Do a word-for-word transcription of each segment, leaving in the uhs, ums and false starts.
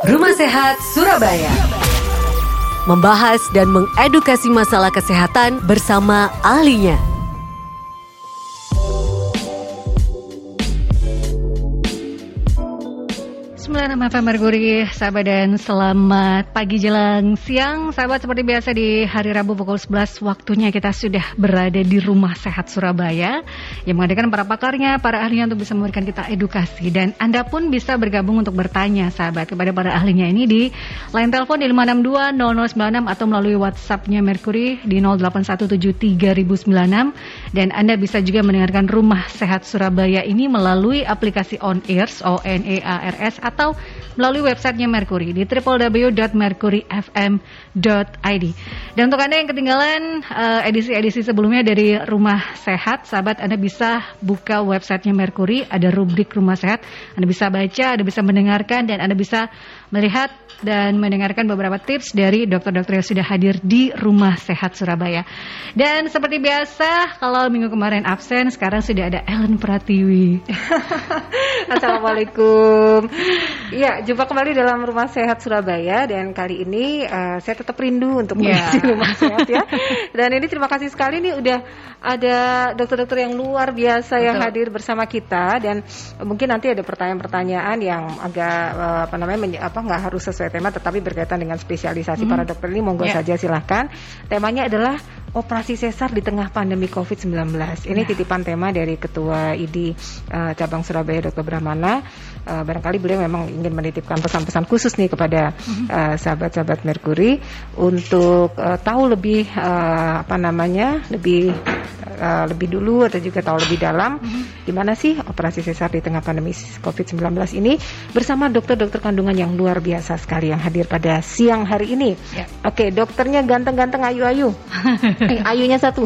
Rumah Sehat Surabaya membahas dan mengedukasi masalah kesehatan bersama ahlinya. sembilan enam F M Merkuri, sahabat, dan selamat pagi jelang siang. Sahabat, seperti biasa di hari Rabu pukul sebelas waktunya kita sudah berada di Rumah Sehat Surabaya yang mengadakan para pakarnya, para ahlinya untuk bisa memberikan kita edukasi. Dan Anda pun bisa bergabung untuk bertanya, sahabat, kepada para ahlinya ini di line telepon di lima enam dua nol nol sembilan enam atau melalui WhatsApp-nya Merkuri di nol delapan satu tujuh tiga nol nol sembilan enam. Dan Anda bisa juga mendengarkan Rumah Sehat Surabaya ini melalui aplikasi On Airs, O N E A R S, atau melalui websitenya Merkuri di w w w dot merkuri f m dot i d. Dan untuk Anda yang ketinggalan uh, edisi-edisi sebelumnya dari Rumah Sehat, sahabat, Anda bisa buka websitenya Merkuri, ada rubrik Rumah Sehat. Anda bisa baca, Anda bisa mendengarkan, dan Anda bisa melihat dan mendengarkan beberapa tips dari dokter-dokter yang sudah hadir di Rumah Sehat Surabaya. Dan seperti biasa, kalau minggu kemarin absen, sekarang sudah ada Ellen Pratiwi. Assalamualaikum. Ya, jumpa kembali dalam Rumah Sehat Surabaya, dan kali ini uh, saya tetap rindu untuk mengisi yeah. Rumah Sehat ya. Dan ini terima kasih sekali nih udah ada dokter-dokter yang luar biasa. Betul. Yang hadir bersama kita, dan mungkin nanti ada pertanyaan-pertanyaan yang agak uh, apa namanya menye- apa nggak harus sesuai tema, tetapi berkaitan dengan spesialisasi hmm. para dokter ini. Monggo yeah. saja silahkan. Temanya adalah operasi sesar di tengah pandemi covid sembilan belas. Ini yeah. titipan tema dari Ketua I D I uh, Cabang Surabaya, Dokter Brahmana. Uh, barangkali beliau memang ingin menitipkan pesan-pesan khusus nih kepada uh, sahabat-sahabat Merkuri untuk uh, tahu lebih uh, apa namanya lebih uh, lebih dulu atau juga tahu lebih dalam mm-hmm. gimana sih operasi sesar di tengah pandemi covid sembilan belas ini, bersama dokter-dokter kandungan yang luar biasa sekali yang hadir pada siang hari ini. Yeah. Oke, okay, dokternya ganteng-ganteng, ayu-ayu. eh, ayunya satu.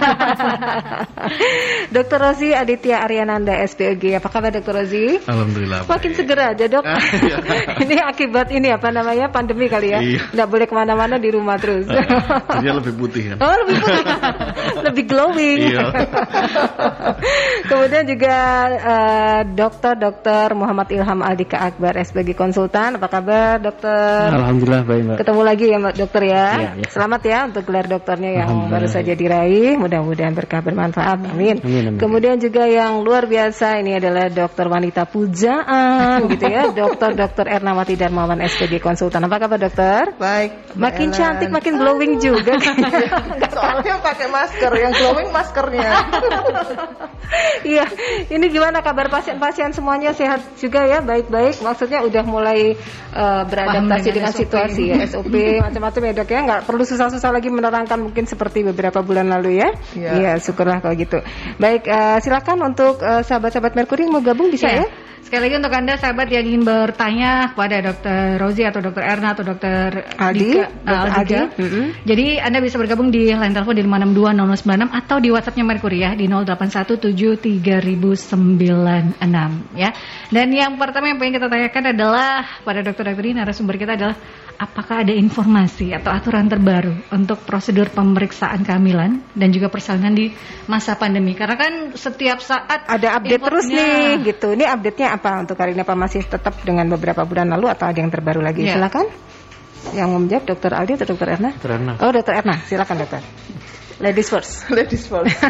Dokter Rozi Aditya Aryananda S P O G. Apa kabar Dokter Rozi? Alhamdulillah. Makin segera aja dok. Ini akibat ini apa namanya pandemi kali ya. Iya. Nggak boleh kemana-mana, di rumah terus. Jadi lebih putih kan? Oh, lebih putih. Lebih glowing. Iya. Kemudian juga uh, Dokter Dokter Muhammad Ilham Aldika Akbar S P G Konsultan. Apa kabar dokter? Alhamdulillah baik mbak. Ketemu lagi ya mbak dokter ya. Iya, iya. Selamat ya untuk gelar dokternya yang baru saja diraih. Mudah-mudahan berkah bermanfaat. Amin. Amin, amin. Kemudian juga yang luar biasa ini adalah dokter wanita pujaan gitu ya, Dokter Dokter Ernawati Darmawan S P G Konsultan. Apa kabar dokter? Baik. Makin Ellen. Cantik, makin glowing juga. Soalnya pakai masker, yang glowing maskernya. Iya, ini gimana kabar pasien-pasien semuanya, sehat juga ya, baik-baik. Maksudnya udah mulai uh, beradaptasi dengan, dengan situasi ya, S O P macam-macam ya dok ya. Nggak perlu susah-susah lagi menerangkan mungkin seperti beberapa bulan lalu ya. Iya, ya, syukurlah kalau gitu. Baik, uh, silakan untuk uh, sahabat-sahabat Merkuri yang mau gabung bisa ya. ya? Sekali lagi untuk Anda sahabat yang ingin bertanya kepada dokter Rozi atau dokter Erna atau dokter Aldi, Dika, uh, Aldika. Mm-hmm. Jadi Anda bisa bergabung di line telepon di lima enam dua nol nol sembilan enam atau di WhatsApp-nya Merkuri ya di nol delapan satu tujuh tiga nol nol sembilan enam ya. Dan yang pertama yang pengen kita tanyakan adalah pada dokter-dokter ini, narasumber kita adalah apakah ada informasi atau aturan terbaru untuk prosedur pemeriksaan kehamilan dan juga persalinan di masa pandemi? Karena kan setiap saat ada update terus nih gitu. Ini update-nya apa untuk hari ini? Apa masih tetap dengan beberapa bulan lalu atau ada yang terbaru lagi? Ya. Silakan. Yang mau menjawab dokter Aldi atau dokter Erna? Dokter Erna. Oh, dokter Erna. Silakan dokter. Ladies first. Ladies first.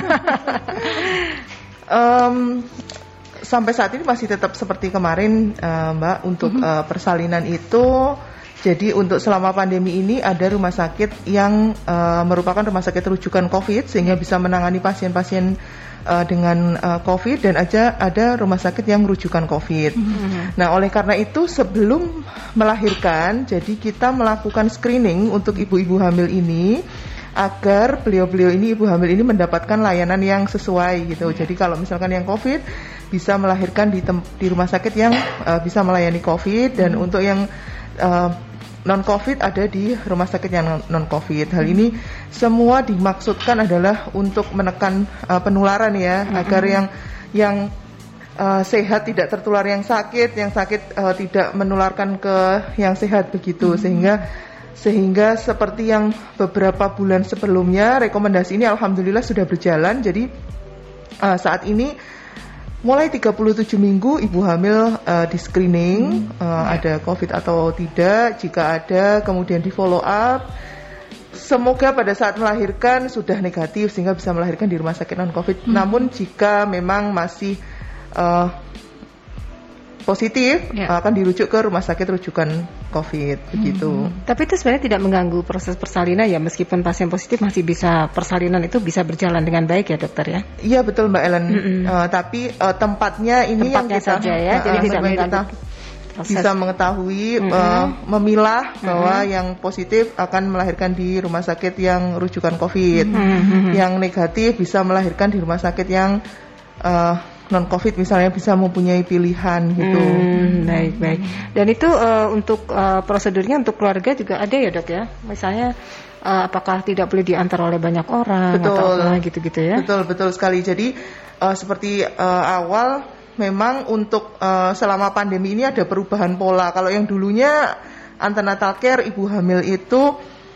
um, sampai saat ini masih tetap seperti kemarin uh, Mbak untuk mm-hmm. uh, persalinan itu. Jadi untuk selama pandemi ini ada rumah sakit yang uh, merupakan rumah sakit rujukan COVID sehingga bisa menangani pasien-pasien uh, dengan uh, COVID, dan aja ada rumah sakit yang rujukan COVID. Mm-hmm. Nah, oleh karena itu sebelum melahirkan, jadi kita melakukan screening untuk ibu-ibu hamil ini agar beliau-beliau ini, ibu hamil ini mendapatkan layanan yang sesuai gitu. Jadi kalau misalkan yang COVID bisa melahirkan di, tem- di rumah sakit yang uh, bisa melayani COVID, dan mm-hmm. untuk yang uh, non-COVID ada di rumah sakit yang non-COVID. Hal ini semua dimaksudkan adalah untuk menekan uh, penularan ya, mm-hmm. agar yang yang uh, sehat tidak tertular yang sakit, yang sakit uh, tidak menularkan ke yang sehat begitu. Mm-hmm. Sehingga sehingga seperti yang beberapa bulan sebelumnya, rekomendasi ini alhamdulillah sudah berjalan. Jadi uh, saat ini mulai tiga puluh tujuh minggu ibu hamil uh, di screening hmm. uh, ada COVID atau tidak, jika ada kemudian di follow up. Semoga pada saat melahirkan sudah negatif sehingga bisa melahirkan di rumah sakit non-COVID. Hmm. Namun jika memang masih uh, positif ya. akan dirujuk ke rumah sakit rujukan COVID hmm. begitu. Tapi itu sebenarnya tidak mengganggu proses persalinan ya, meskipun pasien positif masih bisa persalinan itu bisa berjalan dengan baik ya dokter ya? Iya betul Mbak Ellen. Hmm. Uh, tapi uh, tempatnya ini tempatnya yang kita saja ya, uh, jadi tidak mengganggu. Proses. Bisa mengetahui, mm-hmm. uh, memilah bahwa mm-hmm. yang positif akan melahirkan di rumah sakit yang rujukan COVID, mm-hmm. yang negatif bisa melahirkan di rumah sakit yang uh, non COVID misalnya, bisa mempunyai pilihan gitu. Mm, baik baik. Dan itu uh, untuk uh, prosedurnya untuk keluarga juga ada ya dok ya? Misalnya uh, apakah tidak boleh diantar oleh banyak orang betul, atau apa gitu-gitu ya? Betul betul sekali. Jadi uh, seperti uh, awal. Memang untuk uh, selama pandemi ini ada perubahan pola. Kalau yang dulunya antenatal care ibu hamil itu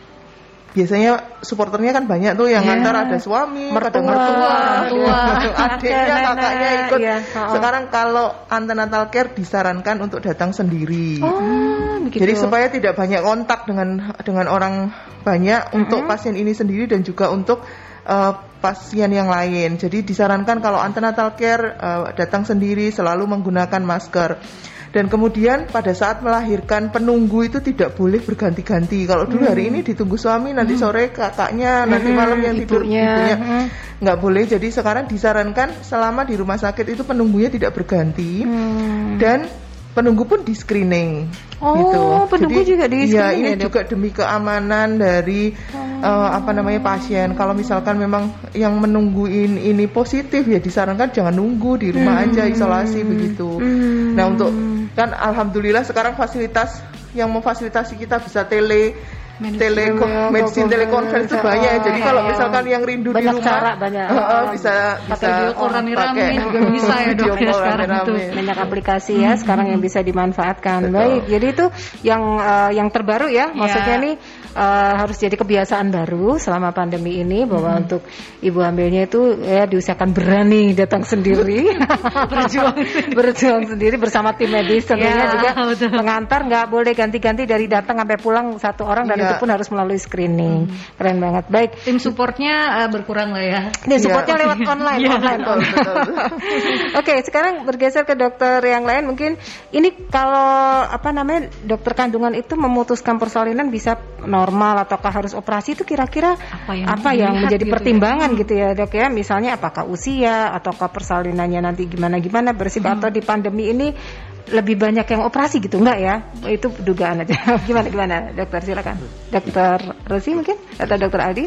biasanya supporternya kan banyak tuh yang yeah. antar ada suami, mertua, mertua, mertua adiknya, kakaknya ikut. Iya. Sekarang kalau antenatal care disarankan untuk datang sendiri. Oh, begitu. Jadi supaya tidak banyak kontak dengan dengan orang banyak mm-hmm. untuk pasien ini sendiri dan juga untuk uh, pasien yang lain. Jadi disarankan kalau antenatal care uh, datang sendiri, selalu menggunakan masker. Dan kemudian pada saat melahirkan penunggu itu tidak boleh berganti-ganti. Kalau dulu hari ini ditunggu suami, nanti sore kakaknya, nanti malam yang tidur ibunya, nggak boleh. Jadi sekarang disarankan selama di rumah sakit itu penunggunya tidak berganti hmm. dan penunggu pun di screening. Oh, gitu. penunggu Jadi, juga di screening. Ya, ini ya, juga demi keamanan dari oh. uh, apa namanya pasien. Kalau misalkan memang yang menungguin ini positif ya disarankan jangan nunggu di rumah hmm. aja isolasi begitu. Hmm. Nah, untuk kan alhamdulillah sekarang fasilitas yang memfasilitasi kita bisa tele Tele medicine telekonferensi banyak. Jadi kalau misalkan yang rindu banyak di rumah cara, banyak uh, bisa bisa video call rame-rame juga bisa ya dok ya sekarang itu. Banyak aplikasi ya sekarang yang bisa dimanfaatkan. Betul. Baik, jadi itu yang uh, yang terbaru ya. Maksudnya yeah. nih uh, harus jadi kebiasaan baru selama pandemi ini bahwa hmm. untuk ibu hamilnya itu ya diusahakan berani datang sendiri, berjuang berjuang sendiri bersama tim medis tentunya yeah, juga betul. Mengantar, nggak boleh ganti-ganti dari datang sampai pulang satu orang dan yeah. itu pun harus melalui screening. Hmm. Keren banget. Baik. Tim supportnya uh, berkurang lah ya. Tim supportnya yeah. lewat online. yeah. online. Betul, betul. Oke, okay, sekarang bergeser ke dokter yang lain. Mungkin ini kalau apa namanya dokter kandungan itu memutuskan persalinan bisa normal ataukah harus operasi itu kira-kira apa yang, apa yang menjadi gitu pertimbangan ya? Gitu ya dok ya. Misalnya apakah usia ataukah persalinannya nanti gimana-gimana bersifat hmm. atau di pandemi ini lebih banyak yang operasi gitu enggak ya? Itu dugaan aja. Gimana gimana dokter silakan. Dokter Rosi mungkin atau dokter Aldi?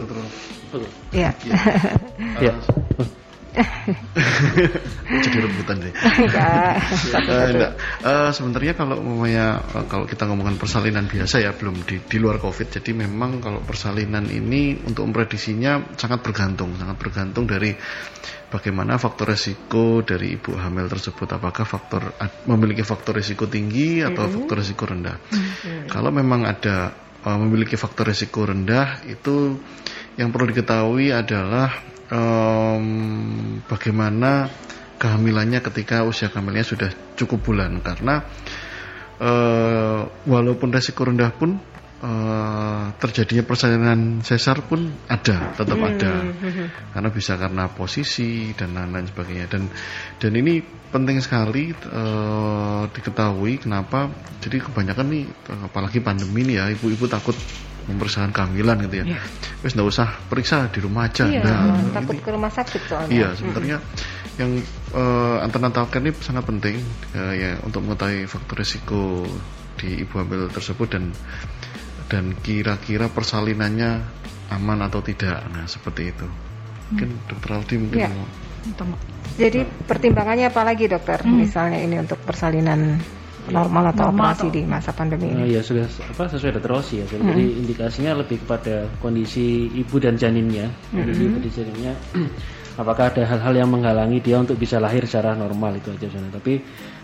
Iya. Iya. Jadi rebutan deh. Enggak. uh, enggak. Uh, sebenarnya kalau umumnya uh, kalau kita ngomongin persalinan biasa ya belum di, di luar COVID. Jadi memang kalau persalinan ini untuk memprediksinya sangat bergantung, sangat bergantung dari bagaimana faktor resiko dari ibu hamil tersebut, apakah faktor memiliki faktor resiko tinggi atau mm-hmm. faktor resiko rendah. Mm-hmm. Kalau memang ada uh, memiliki faktor resiko rendah, itu yang perlu diketahui adalah um, bagaimana kehamilannya ketika usia kehamilannya sudah cukup bulan, karena uh, walaupun resiko rendah pun Uh, terjadinya persalinan sesar pun ada, tetap hmm. ada, karena bisa karena posisi dan lain-lain sebagainya. Dan dan ini penting sekali uh, diketahui kenapa. Jadi kebanyakan nih, apalagi pandemi ini ya, ibu-ibu takut mempertahankan kehamilan gitu ya. Yeah. Wes nggak usah periksa di rumah aja. Iya, nah, takut ke rumah sakit soalnya. Iya, sebenarnya hmm. yang uh, antenatal care ini sangat penting uh, ya untuk mengetahui faktor risiko di ibu hamil tersebut dan dan kira-kira persalinannya aman atau tidak. Nah, seperti itu. Mungkin hmm. dokter Aldi mungkin ya. mau. Jadi pertimbangannya apa lagi dokter? Hmm. Misalnya ini untuk persalinan normal atau normal operasi atau... di masa pandemi ini? Uh, ya sudah apa sesuai dokter Rosi ya. Jadi hmm. indikasinya lebih kepada kondisi ibu dan janinnya. Jadi hmm. ibu dan janinnya apakah ada hal-hal yang menghalangi dia untuk bisa lahir secara normal, itu aja sebenarnya. Tapi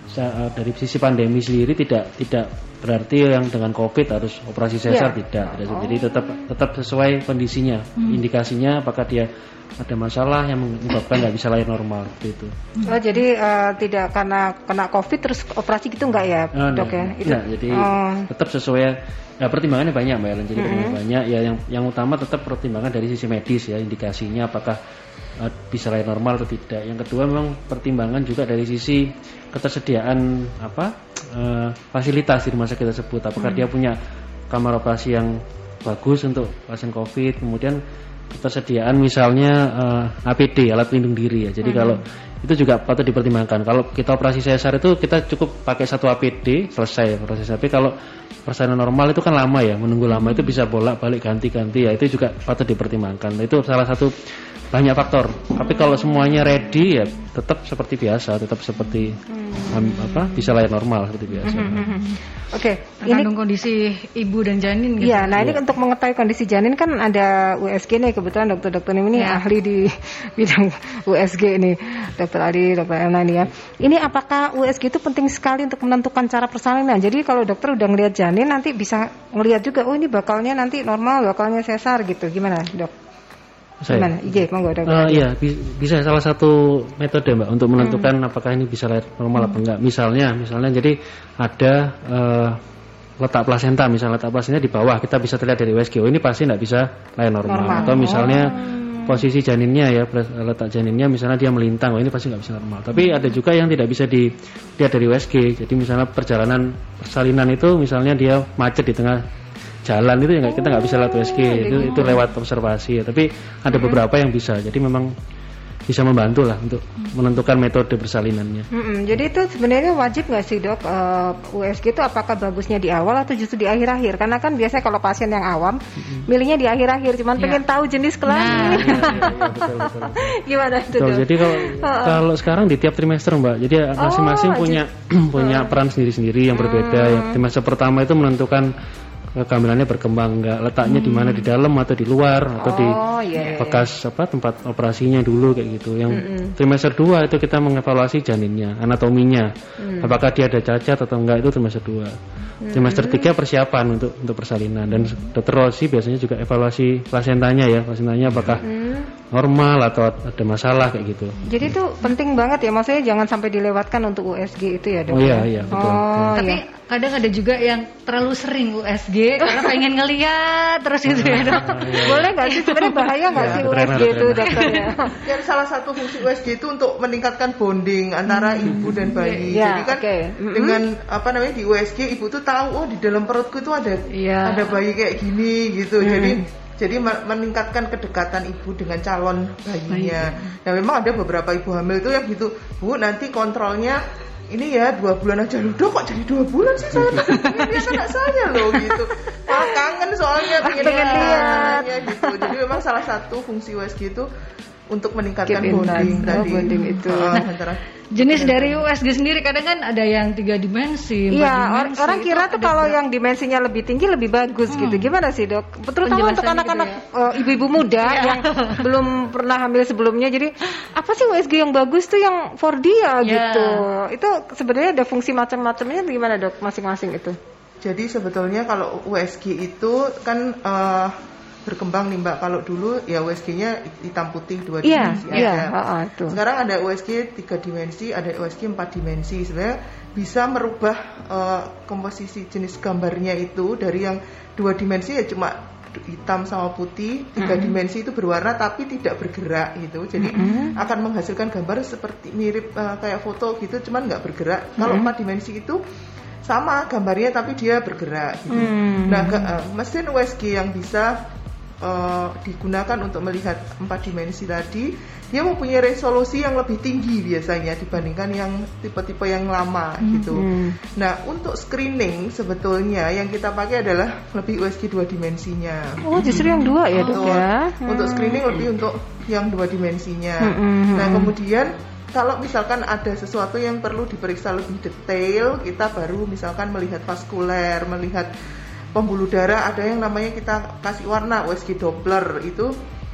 dari sisi pandemi sendiri tidak tidak berarti yang dengan COVID harus operasi sesar, yeah. tidak, tidak. Jadi tetap tetap sesuai kondisinya, hmm. indikasinya apakah dia ada masalah yang menyebabkan nggak bisa lahir normal gitu. Oh jadi uh, tidak karena kena COVID terus operasi gitu nggak ya, oh, dok ya? Itu. Nah, jadi oh. tetap sesuai. Ya pertimbangannya banyak Mbak Ellen. Jadi mm-hmm. pertimbangan banyak. Ya yang yang utama tetap pertimbangan dari sisi medis ya, indikasinya apakah uh, bisa lahir normal atau tidak. Yang kedua memang pertimbangan juga dari sisi ketersediaan apa uh, fasilitas di rumah sakit tersebut. Apakah mm-hmm. dia punya kamar operasi yang bagus untuk pasien COVID, kemudian ketersediaan misalnya uh, A P D, alat pelindung diri ya. Jadi mm-hmm. kalau itu juga patut dipertimbangkan. Kalau kita operasi sesar itu kita cukup pakai satu A P D selesai proses. Tapi kalau persalinan normal itu kan lama ya, menunggu lama itu bisa bolak-balik ganti-ganti ya, itu juga patut dipertimbangkan. Itu salah satu banyak faktor. Tapi kalau semuanya ready ya tetap seperti biasa, tetap seperti hmm. um, apa bisa lahir normal seperti biasa. Hmm. Oke, okay. Tergantung kondisi ibu dan janin gitu. Iya, nah ya. Ini untuk mengetahui kondisi janin kan ada U S G nih, kebetulan dokter-dokter ini ya. ahli di bidang U S G ini, dokter Ali, dokter Elna nih ya. Ini apakah U S G itu penting sekali untuk menentukan cara persalinan? Jadi kalau dokter udah ngelihat janin nanti bisa ngelihat juga, oh ini bakalnya nanti normal, bakalnya sesar gitu. Gimana, dok? Saya. Gimana? Ije, monggo dok. Uh, iya, bisa salah satu metode Mbak untuk menentukan hmm. apakah ini bisa lahir normal hmm. apa enggak. Misalnya, misalnya jadi ada uh, letak plasenta, misalnya letak plasenta di bawah, kita bisa terlihat dari U S G, oh ini pasti tidak bisa lahir normal. normal. Atau misalnya oh. posisi janinnya ya, letak janinnya misalnya dia melintang, oh ini pasti nggak bisa normal. Tapi hmm. ada juga yang tidak bisa dilihat dari U S G. Jadi misalnya perjalanan persalinan itu misalnya dia macet di tengah jalan itu ya kita nggak bisa lihat U S G, oh, itu itu lewat observasi ya. Tapi ada hmm. beberapa yang bisa, jadi memang bisa membantu lah untuk hmm. menentukan metode persalinannya. Hmm, jadi itu sebenarnya wajib nggak sih dok uh, U S G itu apakah bagusnya di awal atau justru di akhir-akhir? Karena kan biasanya kalau pasien yang awam hmm. milihnya di akhir-akhir, cuman ya. pengen tahu jenis kelamin. Nah. ya, ya, betul, betul. Gimana itu dok? Jadi kalau uh, kalau sekarang di tiap trimester Mbak, jadi masing-masing oh, punya punya peran sendiri-sendiri yang berbeda. Hmm. Ya, trimester pertama itu menentukan kehamilannya berkembang enggak, letaknya hmm. di mana, di dalam atau di luar atau oh, di yeah, bekas yeah. apa tempat operasinya dulu kayak gitu. Yang mm-hmm. trimester dua itu kita mengevaluasi janinnya, anatominya, mm. apakah dia ada cacat atau enggak, itu trimester dua. Mm-hmm. Trimester tiga persiapan untuk untuk persalinan, dan dokter Rosi biasanya juga evaluasi plasentanya ya, plasentanya apakah mm. normal atau ada masalah kayak gitu. Jadi itu penting banget ya, maksudnya jangan sampai dilewatkan untuk U S G itu ya dok. Oh iya iya betul. Oh, betul. Tapi iya. kadang ada juga yang terlalu sering U S G karena pengen ngeliat terus itu ya dok. Boleh nggak sih, sebenarnya bahaya nggak ya, sih U S G itu dokter ya? Yang salah satu fungsi U S G itu untuk meningkatkan bonding antara hmm. ibu dan bayi. Ya, jadi kan okay. mm-hmm. dengan apa namanya di U S G ibu tuh tahu, oh di dalam perutku itu ada ya. ada bayi kayak gini gitu. Hmm. Jadi Jadi meningkatkan kedekatan ibu dengan calon bayinya. Baik. Nah memang ada beberapa ibu hamil itu yang gitu, Bu nanti kontrolnya ini ya dua bulan aja. Loh kok jadi dua bulan sih, saya pengen lihat anak saya loh gitu. Wah kangen soalnya pengen lihat gitu. Jadi memang salah satu fungsi U S G itu untuk meningkatkan bonding tadi. Oh, bonding itu. Uh, nah, jenis dari U S G sendiri kadang kan ada yang tiga dimensi, iya, orang, orang kira tuh kalau yang dimensinya lebih tinggi lebih bagus hmm. gitu. Gimana sih dok? Terutama untuk anak-anak gitu ya? uh, ibu-ibu muda yang belum pernah hamil sebelumnya. Jadi apa sih U S G yang bagus tuh yang for dia yeah. gitu? Itu sebenarnya ada fungsi macam-macamnya gimana dok? Masing-masing itu. Jadi sebetulnya kalau U S G itu kan uh, berkembang nih Mbak. Kalau dulu ya U S G-nya hitam putih dua yeah, dimensi yeah, ada. Uh, uh, Sekarang ada U S G tiga dimensi, ada U S G empat dimensi. Sebenarnya bisa merubah uh, komposisi jenis gambarnya itu dari yang dua dimensi ya cuma hitam sama putih, tiga mm-hmm. dimensi itu berwarna tapi tidak bergerak gitu. Jadi mm-hmm. akan menghasilkan gambar seperti mirip uh, kayak foto gitu, cuman nggak bergerak. Mm-hmm. Kalau empat dimensi itu sama gambarnya tapi dia bergerak gitu. Mm-hmm. Nah, ke, uh, mesin U S G yang bisa Uh, digunakan untuk melihat empat dimensi tadi, dia mempunyai resolusi yang lebih tinggi biasanya dibandingkan yang tipe-tipe yang lama mm-hmm. gitu. Nah untuk screening sebetulnya yang kita pakai adalah lebih U S G dua dimensinya. Oh justru yang dua ya dok ya? Hmm. Untuk screening lebih untuk yang dua dimensinya. Mm-hmm. Nah kemudian kalau misalkan ada sesuatu yang perlu diperiksa lebih detail, kita baru misalkan melihat vaskuler, melihat pembuluh darah, ada yang namanya kita kasih warna U S G Doppler itu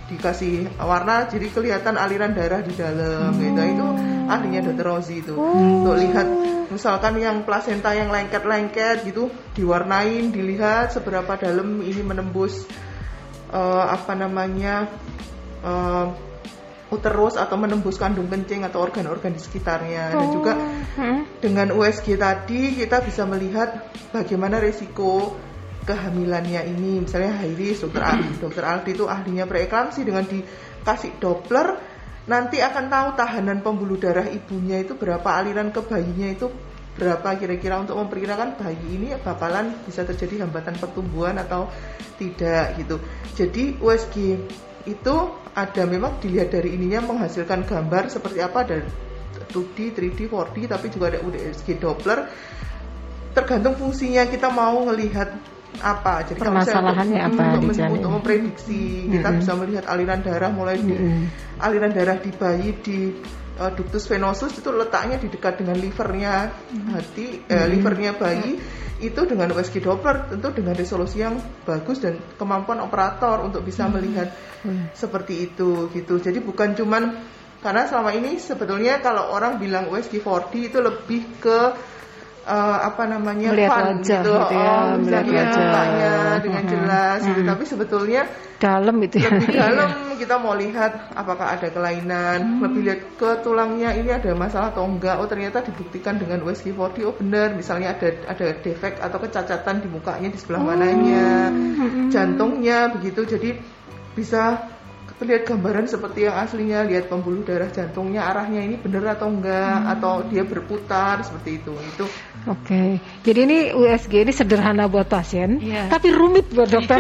dikasih warna jadi kelihatan aliran darah di dalam hmm. gitu. Itu ahlinya dokter Rozi itu. Hmm. Untuk lihat misalkan yang plasenta yang lengket-lengket gitu diwarnain, dilihat seberapa dalam ini menembus uh, apa namanya uh, uterus atau menembus kandung kencing atau organ-organ di sekitarnya. Dan juga hmm. dengan U S G tadi kita bisa melihat bagaimana resiko kehamilannya ini. Misalnya Hairis, dokter Aldi, dokter Aldi itu ahlinya preeklamsi, dengan dikasih Doppler nanti akan tahu tahanan pembuluh darah ibunya itu berapa, aliran ke bayinya itu berapa kira-kira, untuk memperkirakan bayi ini bakalan bisa terjadi hambatan pertumbuhan atau tidak gitu. Jadi U S G itu ada, memang dilihat dari ininya menghasilkan gambar seperti apa, ada dua D, tiga D, empat D, tapi juga ada U S G Doppler. Tergantung fungsinya kita mau ngelihat apa. Jadi permasalahannya untuk, apa untuk, di untuk memprediksi mm-hmm. kita bisa melihat aliran darah mulai di mm-hmm. aliran darah di bayi di uh, ductus venosus itu letaknya di dekat dengan livernya hati mm-hmm. eh, livernya bayi. Itu dengan U S G Doppler tentu dengan resolusi yang bagus dan kemampuan operator untuk bisa mm-hmm. melihat mm-hmm. seperti itu gitu. Jadi bukan cuman, karena selama ini sebetulnya kalau orang bilang U S G empat D itu lebih ke Uh, apa namanya melihat fun wajah, gitu, gitu ya, oh, bisa lihat mukanya dengan hmm. jelas hmm. gitu. Tapi sebetulnya dalam itu ya. Lebih dalam kita mau lihat apakah ada kelainan, hmm. lebih lihat ke tulangnya ini ada masalah atau enggak. Oh ternyata dibuktikan dengan U S G empat D, oh benar, misalnya ada ada defek atau kecacatan di mukanya di sebelah mananya, hmm. jantungnya begitu. Jadi bisa lihat gambaran seperti yang aslinya, lihat pembuluh darah jantungnya arahnya ini benar atau enggak, hmm. atau dia berputar seperti itu. Itu oke. Okay. Jadi ini U S G ini sederhana buat pasien, yeah. tapi rumit buat dokter.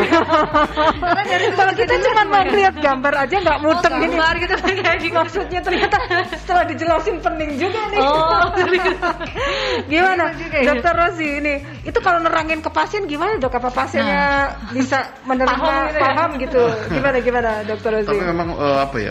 Kalau kita cuma mau lihat gambar aja nggak muteng oh, gini. Gitu, maksudnya ternyata setelah dijelasin pening juga nih. Oh. Gimana, dokter Rozi ini? Itu kalau nerangin ke pasien gimana dok? Apa pasiennya nah. bisa menerima paham gitu, paham ya? Gitu? Gimana gimana dokter Rozi? Tapi memang uh, apa ya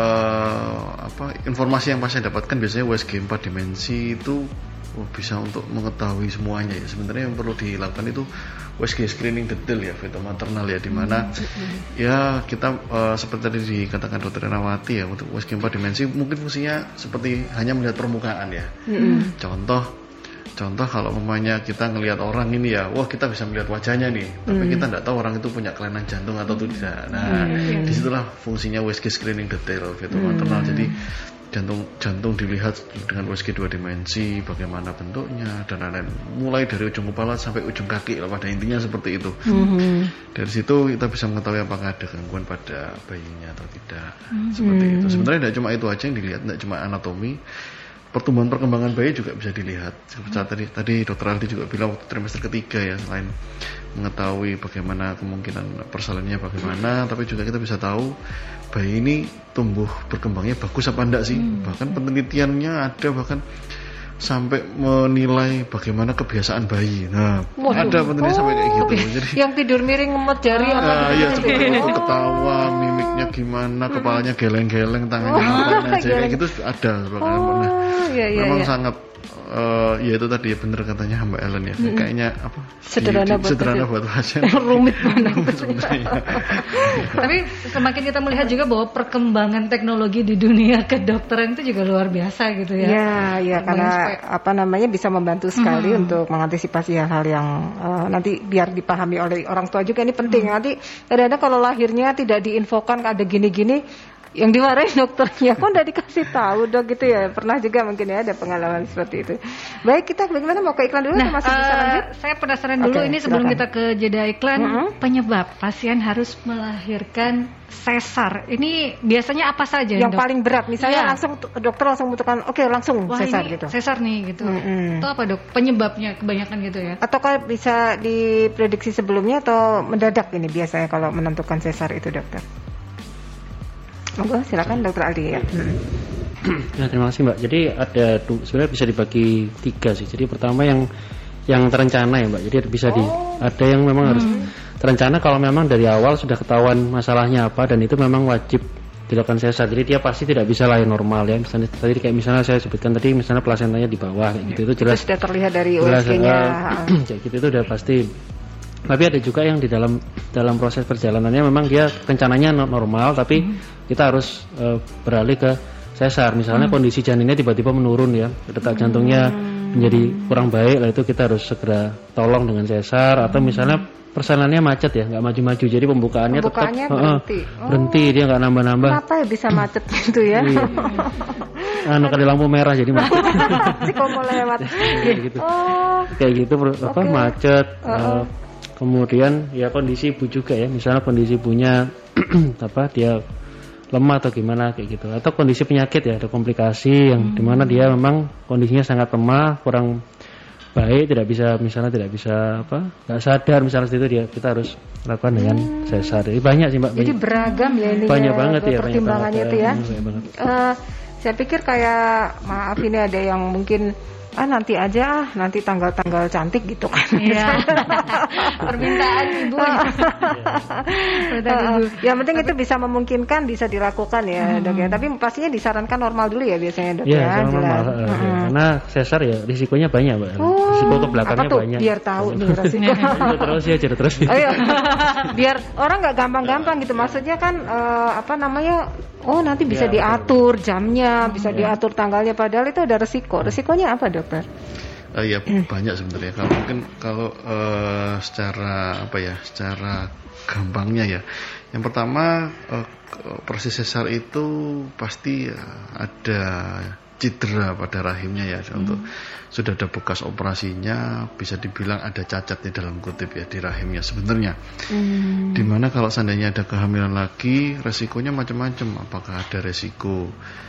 uh, apa informasi yang pasien dapatkan biasanya U S G empat dimensi itu oh, bisa untuk mengetahui semuanya ya. Sebenarnya yang perlu dilakukan itu U S G screening detail ya, fetal maternal ya, di mana hmm. ya kita uh, seperti tadi dikatakan dokter Rawati ya, untuk U S G empat dimensi mungkin fungsinya seperti hanya melihat permukaan ya. Hmm. Contoh Contoh kalau umpamanya kita ngelihat orang ini ya, wah kita bisa melihat wajahnya nih, tapi hmm. kita tidak tahu orang itu punya kelainan jantung atau tidak. Nah, hmm. disitulah fungsinya U S G screening detail fetal hmm. maternal. Jadi jantung jantung dilihat dengan U S G dua dimensi, bagaimana bentuknya dan lain-lain, mulai dari ujung kepala sampai ujung kaki. Lah pada intinya seperti itu. Hmm. Dari situ kita bisa mengetahui apakah ada gangguan pada bayinya atau tidak. Hmm. Seperti itu. Sebenarnya tidak cuma itu aja yang dilihat, tidak cuma anatomi. Pertumbuhan perkembangan bayi juga bisa dilihat. Seperti tadi tadi dokter Aldi juga bilang waktu trimester ketiga ya, selain mengetahui bagaimana kemungkinan persalinannya bagaimana, tapi juga kita bisa tahu bayi ini tumbuh berkembangnya bagus apa enggak sih. Hmm. Bahkan penelitiannya ada bahkan sampai menilai bagaimana kebiasaan bayi. Nah, waduh, ada penelitian oh, sampai kayak gitu. Jadi yang tidur miring ngemot jari ah, apa gitu. Iya, seperti itu oh. ketawa, mimiknya gimana, kepalanya geleng-geleng, tangannya oh, ngapain aja kayak gitu ada. Oh, nah, iya, iya, memang iya. sangat uh, ya itu tadi ya, benar katanya Mbak Ellen ya. Hmm. Kayaknya apa? Sederhana, di, buat, sederhana buat pasien. Rumit banget sebenarnya. Tapi semakin kita melihat juga bahwa perkembangan teknologi di dunia kedokteran itu juga luar biasa gitu ya. Iya, iya, karena supaya, apa namanya bisa membantu sekali hmm. untuk mengantisipasi hal-hal yang uh, nanti biar dipahami oleh orang tua juga ini penting. Hmm. Nanti kadang-kadang kalau lahirnya tidak diinfokan ada gini-gini, yang dimarahin dokternya kok udah dikasih tahu dok gitu ya. Pernah juga mungkin ya ada pengalaman seperti itu. Baik, kita bagaimana mau ke iklan dulu nah, atau masih bisa lanjut? Uh, saya penasaran dulu okay, ini sebelum silakan. Kita ke jeda iklan, uh-huh. penyebab pasien harus melahirkan sesar. Ini biasanya apa saja? Yang dok? paling berat misalnya ya. Langsung dokter langsung membutuhkan oke okay, langsung wah, sesar ini gitu. Sesar nih gitu. Uh-huh. Itu apa dok? Penyebabnya kebanyakan gitu ya? Ataukah bisa diprediksi sebelumnya atau mendadak ini biasanya kalau menentukan sesar itu dokter? Monggo silakan dokter Aldi ya. Ya terima kasih Mbak. Jadi ada sebenarnya bisa dibagi tiga sih. Jadi pertama yang yang terencana ya Mbak. Jadi bisa di oh. ada yang memang hmm. harus terencana kalau memang dari awal sudah ketahuan masalahnya apa dan itu memang wajib dilakukan sesar. Jadi dia pasti tidak bisa lahir normal ya. Misalnya tadi kayak misalnya saya sebutkan tadi misalnya plasentanya di bawah kayak gitu itu jelas. Itu sudah terlihat dari U S G-nya. Uh, kayak gitu itu udah pasti Tapi ada juga yang di dalam dalam proses perjalanannya memang dia kencananya normal, tapi hmm. kita harus uh, beralih ke sesar. Misalnya hmm. kondisi janinnya tiba-tiba menurun ya, detak jantungnya hmm. menjadi kurang baik, lah itu kita harus segera tolong dengan sesar. Atau misalnya persalinannya macet ya, nggak maju-maju, jadi pembukaannya, pembukaannya tetap berhenti. Uh, uh, berhenti, dia nggak nambah-nambah. Kenapa ya bisa macet gitu ya? Iya. Anu ada lampu merah jadi macet. Si komo lewat. Kayak gitu. Oh. Kayak gitu apa Okay. macet. Uh -uh. Uh, kemudian ya kondisi ibu juga ya, misalnya kondisi ibunya apa dia lemah atau gimana kayak gitu, atau kondisi penyakit ya, ada komplikasi yang hmm. dimana dia memang kondisinya sangat lemah, kurang baik, tidak bisa misalnya tidak bisa apa nggak sadar misalnya itu dia kita harus lakukan dengan hmm. sesar. Jadi banyak sih Mbak. Jadi beragam ya ini banyak ya, banget ya pertimbangannya itu ya. Hmm, uh, saya pikir kayak maaf ini ada yang mungkin ah nanti aja ah nanti tanggal-tanggal cantik gitu kan. Iya. Permintaan ibu. uh, yang penting itu bisa memungkinkan, bisa dilakukan ya hmm. dok ya. Tapi pastinya disarankan normal dulu ya biasanya dok ya. Ya normal. Uh, hmm. ya. Karena sesar ya risikonya banyak Mbak. Oh, risiko ke belakangnya apa tuh? Banyak. Biar tahu nih risiko. Terus ya jadi terus. Ayo. Biar orang nggak gampang-gampang gitu. Maksudnya kan uh, apa namanya? Oh nanti bisa ya, diatur betul. jamnya, bisa ya. diatur tanggalnya. Padahal itu ada resiko. Resikonya apa dokter? Uh, ya banyak sebenarnya. Kalau mungkin kalau uh, secara apa ya, secara gampangnya ya. Yang pertama uh, proses sesar itu pasti uh, ada cedera pada rahimnya ya. Hmm. Untuk sudah ada bekas operasinya, bisa dibilang ada cacatnya dalam kutip ya di rahimnya sebenarnya. Hmm. Dimana kalau seandainya ada kehamilan lagi, resikonya macam-macam. Apakah ada resiko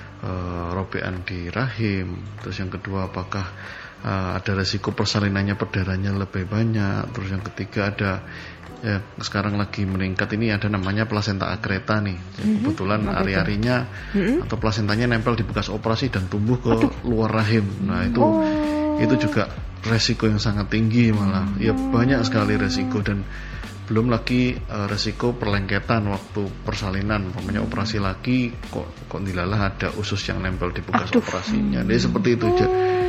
uh, robekan di rahim? Terus yang kedua apakah uh, ada resiko persalinannya perdarahannya lebih banyak? Terus yang ketiga ada ya sekarang lagi meningkat ini ada namanya plasenta akreta nih. Ya, mm-hmm. Kebetulan ari-arinya mm-hmm. atau plasentanya nempel di bekas operasi dan tumbuh ke Aduh. luar rahim. Nah itu oh. itu juga resiko yang sangat tinggi malah. Ya banyak sekali resiko dan belum lagi uh, resiko perlengketan waktu persalinan. Umpamanya operasi lagi kok kok dilalah ada usus yang nempel di bekas Aduh. operasinya. Jadi seperti itu aja.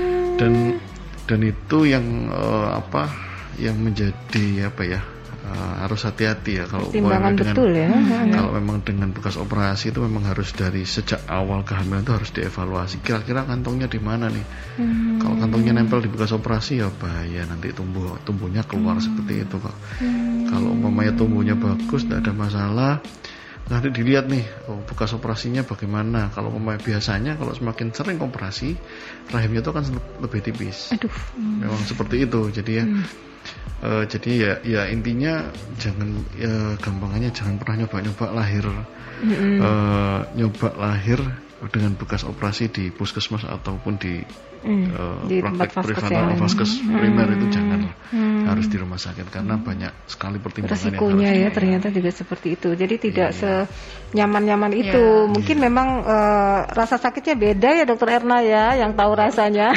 Dan dan itu yang uh, apa yang menjadi apa ya? Uh, harus hati-hati ya kalau dengan, betul ya. Kalau memang dengan bekas operasi itu memang harus dari sejak awal kehamilan itu harus dievaluasi. Kira-kira kantongnya di mana nih? Hmm. Kalau kantongnya nempel di bekas operasi ya bahaya nanti tumbuh tumbuhnya keluar hmm. seperti itu kok. Hmm. Kalau umpamanya tumbuhnya bagus, tidak ada masalah. Nanti dilihat nih, oh, bekas operasinya bagaimana. Kalau umpamanya biasanya kalau semakin sering operasi, rahimnya itu akan lebih tipis. Aduh. Hmm. Memang seperti itu. Jadi ya. Hmm. Uh, jadi ya ya intinya jangan ya gampangannya jangan pernah nyoba-nyoba lahir mm-hmm. uh, nyoba lahir dengan bekas operasi di puskesmas ataupun di, mm, uh, di praktek privat atau vaskes mm, primer itu janganlah mm, harus di rumah sakit karena banyak sekali pertimbangan resikonya yang ya ternyata juga seperti itu. Jadi tidak iya. senyaman-nyaman itu. Yeah. Mungkin yeah. memang uh, rasa sakitnya beda ya dokter Erna ya yang tahu rasanya.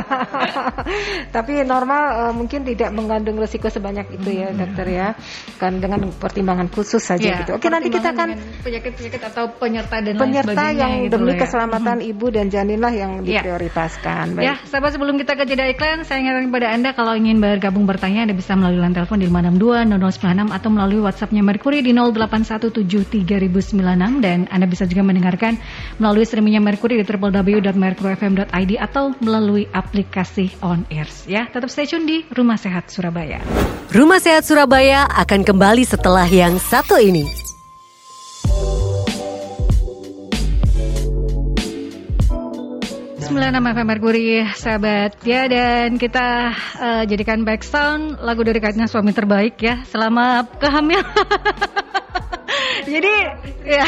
Tapi normal uh, mungkin tidak mengandung resiko sebanyak itu ya hmm. dokter ya. Kan dengan pertimbangan khusus saja yeah. gitu. Oke nanti kita akan penyakit-penyakit atau penyerta dan penyerta lain sebagainya yang gitu demi ya. keselamatan hmm. ibu dan janin lah yang yeah. diprioritaskan. Baik. Ya, sahabat sebelum kita ke jeda iklan, saya ingatkan kepada Anda kalau ingin bergabung bertanya Anda bisa melalui line telepon di lima enam dua nol nol sembilan enam atau melalui WhatsApp-nya Mercury di nol delapan satu tujuh tiga nol nol sembilan enam dan Anda bisa juga mendengarkan melalui streamingnya Mercury di w w w dot mercury f m dot i d atau melalui aplikasi On Airs ya. Tetap stay tune di Rumah Sehat Surabaya. Rumah Sehat Surabaya akan kembali setelah yang satu ini. sembilan puluh enam F M Mercury sahabat ya, dan kita uh, jadikan back sound lagu dari Katnya Suami Terbaik ya selama kehamilan. Jadi ya.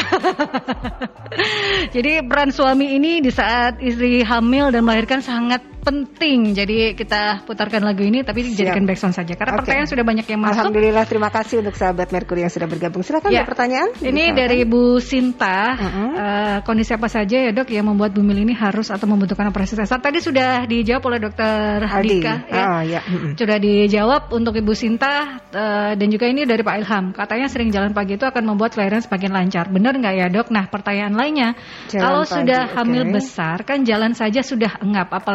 Jadi peran suami ini di saat istri hamil dan melahirkan sangat penting. Jadi kita putarkan lagu ini tapi dijadikan backsound saja karena okay. pertanyaan sudah banyak yang masuk. Alhamdulillah, terima kasih untuk sahabat Mercury yang sudah bergabung. Silakan ya. Ada pertanyaan? Ini Bisa. dari Bu Sinta. Uh-huh. Uh, kondisi apa saja ya dok yang membuat Bu Mil ini harus atau membutuhkan operasi sesar? Tadi sudah dijawab oleh dokter Aldi. Dika ya. Oh, ya. Uh-huh. Sudah dijawab untuk Ibu Sinta uh, dan juga ini dari Pak Ilham. Katanya sering jalan pagi itu akan membuat kelahiran semakin lancar. Benar nggak ya dok? Nah pertanyaan lainnya, jalan kalau pagi, sudah hamil okay. besar kan jalan saja sudah engap, apalagi sekarang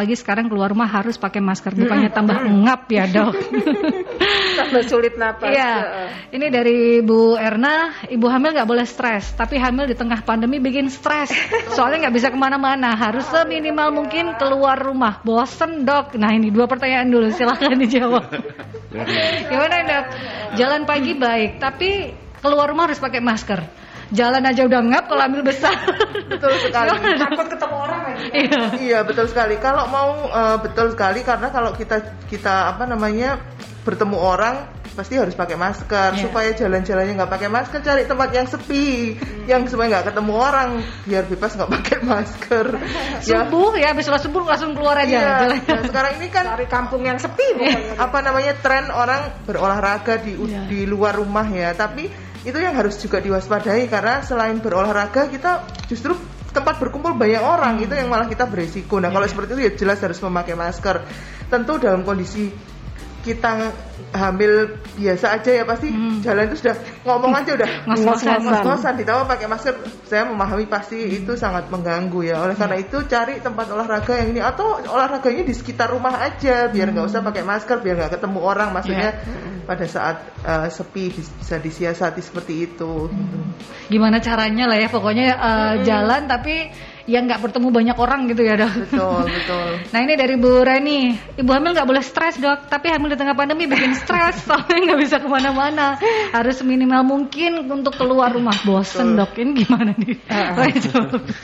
sekarang keluar rumah harus pakai masker, bukannya tambah ngap ya dok. Tambah sulit napas. Iya. Ini dari Bu Erna, ibu hamil nggak boleh stres, tapi hamil di tengah pandemi bikin stres. Soalnya nggak bisa kemana-mana, harus seminimal mungkin keluar rumah. Bosen dok. Nah ini dua pertanyaan dulu, silahkan dijawab. Gimana dok? Jalan pagi baik, tapi keluar rumah harus pakai masker. Jalan aja udah ngap kalau hamil besar. Betul sekali. Takut ketemu orang lagi. Iya. Iya betul sekali. Kalau mau uh, betul sekali karena kalau kita kita apa namanya bertemu orang pasti harus pakai masker. Yeah. Supaya jalan-jalannya nggak pakai masker, cari tempat yang sepi, hmm. yang supaya nggak ketemu orang, biar bebas nggak pakai masker. Subuh ya, habis sholat subuh langsung keluar aja. Iya. Nah, sekarang ini kan cari kampung yang sepi pokoknya. Apa namanya tren orang berolahraga di yeah. di luar rumah ya, tapi itu yang harus juga diwaspadai karena selain berolahraga kita justru tempat berkumpul banyak orang, hmm. itu yang malah kita beresiko. Nah, yeah. kalau seperti itu ya jelas harus memakai masker. Tentu dalam kondisi kita hamil biasa aja ya pasti hmm. jalan itu sudah ngomong aja udah ngos-ngosan, ditambah pakai masker, saya memahami pasti hmm. itu sangat mengganggu ya. Oleh karena hmm. itu cari tempat olahraga yang ini atau olahraganya di sekitar rumah aja biar nggak hmm. usah pakai masker, biar nggak ketemu orang. Maksudnya yeah. pada saat uh, sepi bisa disiasati seperti itu. Hmm. Gimana caranya lah ya pokoknya uh, hmm. jalan tapi yang nggak bertemu banyak orang gitu ya dok. Betul betul. Nah ini dari Bu Reni, ibu hamil nggak boleh stres dok, tapi hamil di tengah pandemi bikin stres soalnya nggak bisa kemana-mana, harus minimal mungkin untuk keluar rumah. Bosen dok, ini gimana nih? Uh-uh. Itu.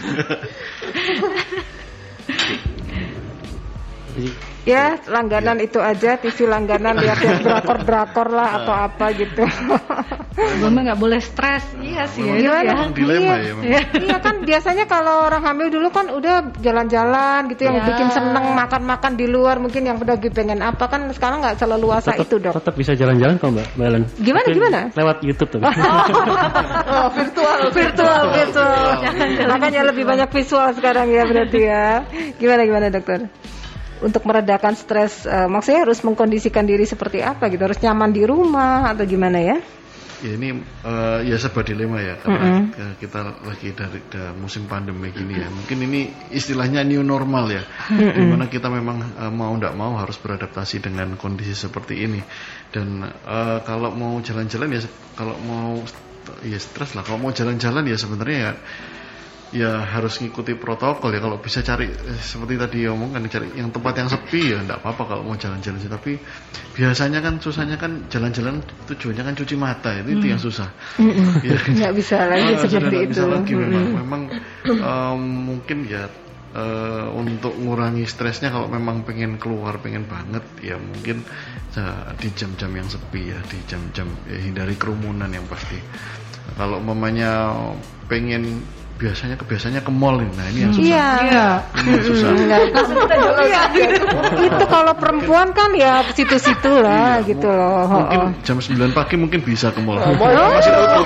Ya langganan itu aja, T V langganan lihat-lihat drakor-drakor lah atau apa gitu. Mama nggak boleh stres, iya sih ya. Ya. Dilema iya. ya. Iya kan biasanya kalau orang hamil dulu kan udah jalan-jalan gitu yang ya. bikin seneng, makan-makan di luar mungkin yang udah pengen apa kan sekarang nggak seleluasa tetap, itu dok. Tetap bisa jalan-jalan kok Mbak Mbak. Gimana tapi gimana? Lewat YouTube tuh. Oh, virtual, virtual, virtual. Makanya lebih banyak visual sekarang ya berarti ya. Gimana gimana dokter? Untuk meredakan stres, uh, maksudnya harus mengkondisikan diri seperti apa gitu, harus nyaman di rumah atau gimana ya? Ya ini uh, ya serba dilema ya karena mm-hmm. kita lagi dari, dari musim pandemi gini ya. Mungkin ini istilahnya new normal ya, mm-hmm. dimana kita memang uh, mau tidak mau harus beradaptasi dengan kondisi seperti ini. Dan uh, kalau mau jalan-jalan ya, kalau mau ya stres lah. Kalau mau jalan-jalan ya sebenarnya ya. Ya harus ngikuti protokol ya. Kalau bisa cari eh, seperti tadi omongkan, cari yang tempat yang sepi ya enggak apa-apa kalau mau jalan-jalan sih. Tapi biasanya kan susahnya kan jalan-jalan tujuannya kan cuci mata itu, hmm. itu yang susah. Mm-hmm. Ya, nggak bisa lagi uh, seperti itu. Bisa lagi, mm-hmm. memang, memang um, mungkin ya uh, untuk ngurangi stresnya kalau memang pengen keluar, pengen banget ya mungkin uh, di jam-jam yang sepi ya, di jam-jam ya, hindari kerumunan yang pasti. Kalau mamanya pengen biasanya kebiasaannya ke mall ini. Nah ini yang susah. Iya. Ini yang susah. Iya. Itu kalau perempuan kan ya ke situ-situ lah iya, gitu loh. Mungkin jam sembilan pagi mungkin bisa ke mall. Oh, oh, masih tutup.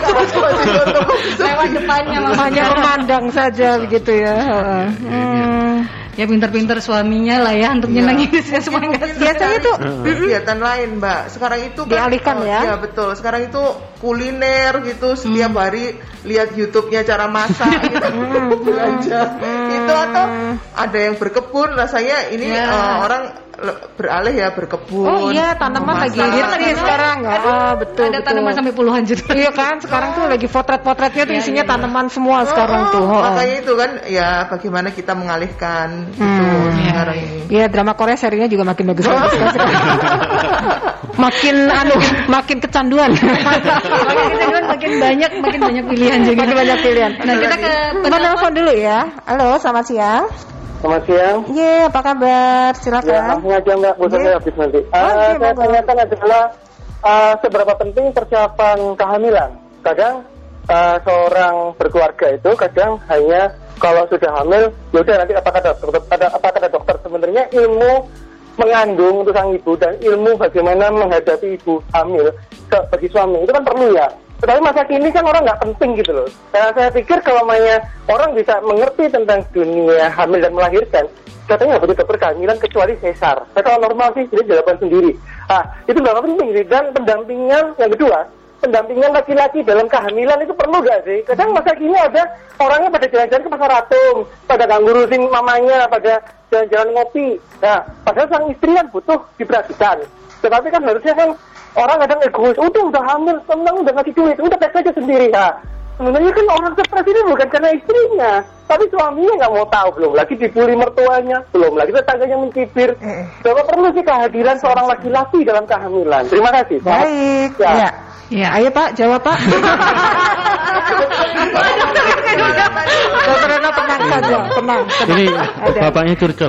Lewat depannya mamanya memandang saja begitu ya. Hmm. Ya pinter-pinter suaminya lah ya untuk iya. nyenengin ya semuanya. Biasanya tuh kegiatan lain mbak. Sekarang itu kan, dialihkan oh, ya. Iya betul. Sekarang itu kuliner gitu. Setiap hmm. hari lihat YouTube-nya cara masak gitu. Belajar hmm. itu atau ada yang berkebun. Rasanya ini yeah. uh, orang beralih ya berkebun. Oh iya tanaman lagi hit nih sekarang ya. Oh, betul. Ada betul. tanaman sampai puluhan juta. Iya kan sekarang tuh lagi potret-potretnya tuh isinya tanaman semua sekarang tuh. Oh, makanya itu kan ya bagaimana kita mengalihkan hmm. itu ya. sekarang ini. Iya drama Korea serinya juga makin bagus bagus kan makin anu makin kecanduan. Makin kecanduan makin banyak makin banyak pilihan juga. Makin banyak pilihan. Nah kita ke penelpon dulu ya. Halo selamat siang. Selamat siang. Iya, yeah, apa kabar? Silakan. Ya, langsung aja Mbak, bosannya yeah. habis nanti. Uh, oh, okay, saya tanyakan adalah uh, seberapa penting persiapan kehamilan. Kadang uh, seorang berkeluarga itu kadang hanya kalau sudah hamil, yaudah nanti apa kata dokter, ada apa kata dokter. Sebenarnya ilmu mengandung untuk sang ibu dan ilmu bagaimana menghadapi ibu hamil bagi suami itu kan perlu ya. Tetapi masa kini kan orang nggak penting gitu loh. Saya, saya pikir kalau namanya orang bisa mengerti tentang dunia hamil dan melahirkan, katanya nggak butuh dokter kehamilan kecuali sesar. Saya kalau normal sih jadi jawaban sendiri. Ah itu berapa penting. Dan pendampingan yang kedua, pendampingan laki-laki dalam kehamilan itu perlu gak sih? Kadang masa kini ada orangnya pada jalan-jalan ke pasar Atom, pada gak ngurusin mamanya, pada jalan-jalan ngopi. Nah, padahal sang istri kan butuh diperhatikan. Tetapi kan harusnya kan orang kadang egois, udah udah hamil, senang, udah ngasih duit, udah tek aja sendiri. Nah, sebenarnya kan orang stres ini bukan karena istrinya, tapi suaminya nggak mau tahu, belum lagi dibully mertuanya, belum lagi tetangganya mencibir. Bahwa perlu sih kehadiran seorang laki-laki dalam kehamilan. Terima kasih. Baik. Ya. Ya. Ya, ayo Pak, jawab Pak. Dokter Reno tenang saja, tenang. Ini bapaknya curcol.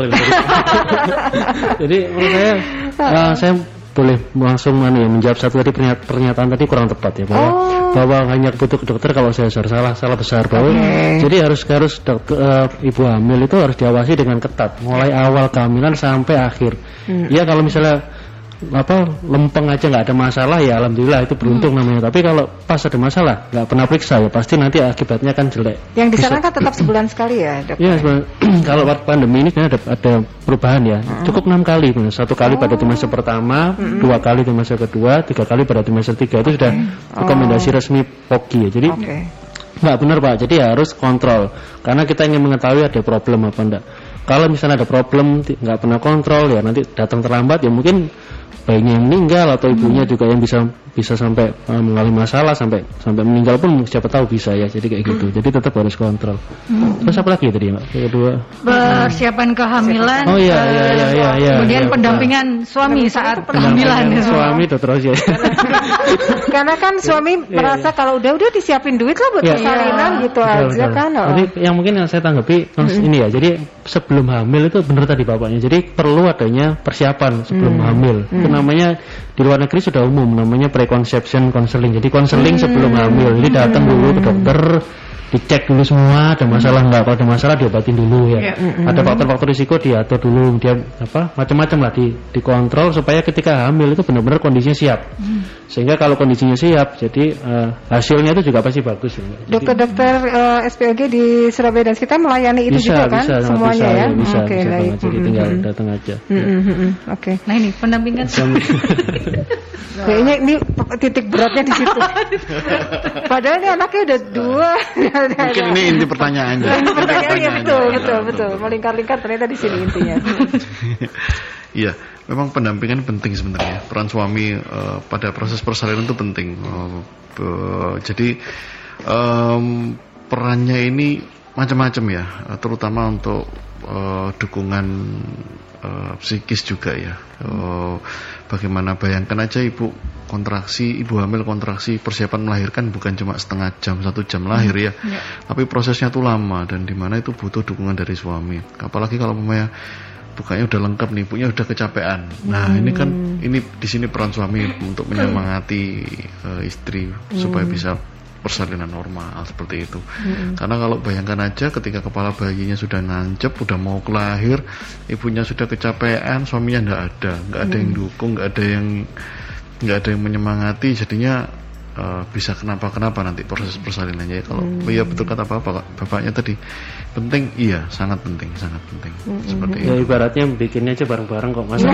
Jadi menurut saya, uh, saya boleh langsung ya, menjawab satu tadi pernyataan tadi kurang tepat ya, bahwa oh. bahwa hanya butuh ke dokter kalau saya salah salah besar bahwa okay. Jadi harus harus dokter, uh, ibu hamil itu harus diawasi dengan ketat mulai awal kehamilan sampai akhir. Hmm. Ya kalau misalnya apa lempeng aja nggak ada masalah ya alhamdulillah itu beruntung hmm. namanya. Tapi kalau pas ada masalah nggak pernah periksa ya pasti nanti akibatnya kan jelek. Yang disarankan tetap sebulan sekali ya dokter? Ya kalau waktu pandemi ini kan ada, ada perubahan ya hmm. cukup enam kali, satu kali oh. pada trimester pertama, hmm. dua kali trimester kedua, tiga kali pada trimester tiga itu sudah okay. rekomendasi oh. resmi P O G I ya. Jadi okay. nggak benar Pak, jadi harus kontrol karena kita ingin mengetahui ada problem apa enggak. Kalau misalnya ada problem nggak pernah kontrol ya nanti datang terlambat ya mungkin bayinya yang meninggal atau ibunya hmm. juga yang bisa bisa sampai uh, mengalami masalah sampai sampai meninggal pun siapa tahu bisa ya, jadi kayak gitu. Jadi tetap harus kontrol. Hmm. Terus apa lagi tadi Mbak? Yang kedua persiapan kehamilan. Oh iya iya iya iya. Ya, kemudian ya, pendampingan ya. Suami saat kehamilan. Suami dokter aja. Karena kan suami merasa kalau udah udah disiapin duit lah buat persalinan ya. Gitu ya, aja betul. Kan. Oh. Jadi yang mungkin yang saya tanggapi hmm. ini ya. Jadi sebelum hamil itu benar tadi bapaknya. Jadi perlu adanya persiapan sebelum hmm. hamil. Hmm. Itu namanya di luar negeri sudah umum namanya preconception counseling. Jadi counseling hmm. sebelum hamil. Jadi datang dulu ke dokter, dicek dulu semua ada masalah nggak. Kalau ada masalah diobatin dulu ya. Yeah. Mm-hmm. Ada faktor-faktor risiko diatur dulu, dia apa macam-macam lah di dikontrol supaya ketika hamil itu benar-benar kondisinya siap. Mm. Sehingga kalau kondisinya siap, jadi uh, hasilnya itu juga pasti bagus. Ya. Dokter-dokter uh, S P O G di Surabaya dan sekitar melayani itu bisa, juga kan bisa, semuanya bisa, ya. Bisa, Oke, bisa baik. Jadi mm-hmm. tinggal datang aja. Mm-hmm. Ya. Oke. Okay. Nah ini pendampingan. Kayaknya ini titik beratnya di situ. Padahal ini anaknya udah dua. Mungkin ini inti pertanyaannya. Inti pertanyaannya betul, betul, betul. Melingkar-lingkar ternyata di sini intinya. Iya, memang pendampingan penting sebenarnya. Peran suami uh, pada proses persalinan itu penting. Uh, uh, jadi um, perannya ini macam-macam ya, uh, terutama untuk uh, dukungan uh, psikis juga ya. Uh, bagaimana bayangkan aja ibu kontraksi, ibu hamil kontraksi, persiapan melahirkan bukan cuma setengah jam, satu jam lahir ya, ya. Tapi prosesnya tuh lama dan dimana itu butuh dukungan dari suami. Apalagi kalau memang bukanya udah lengkap nih, ibunya udah kecapean. Nah hmm. ini kan ini di sini peran suami untuk menyemangati uh, istri hmm. supaya bisa persalinan normal seperti itu. Hmm. Karena kalau bayangkan aja ketika kepala bayinya sudah nancep, udah mau kelahir, ibunya sudah kecapean, suaminya nggak ada, nggak ada hmm. yang dukung, nggak ada yang nggak ada yang menyemangati, jadinya uh, bisa kenapa-kenapa nanti proses persalinannya. Kalau hmm. iya betul kata bapak, bapaknya tadi penting, iya sangat penting, sangat penting hmm. seperti ya, itu. Ibaratnya bikinnya aja bareng-bareng kok masa.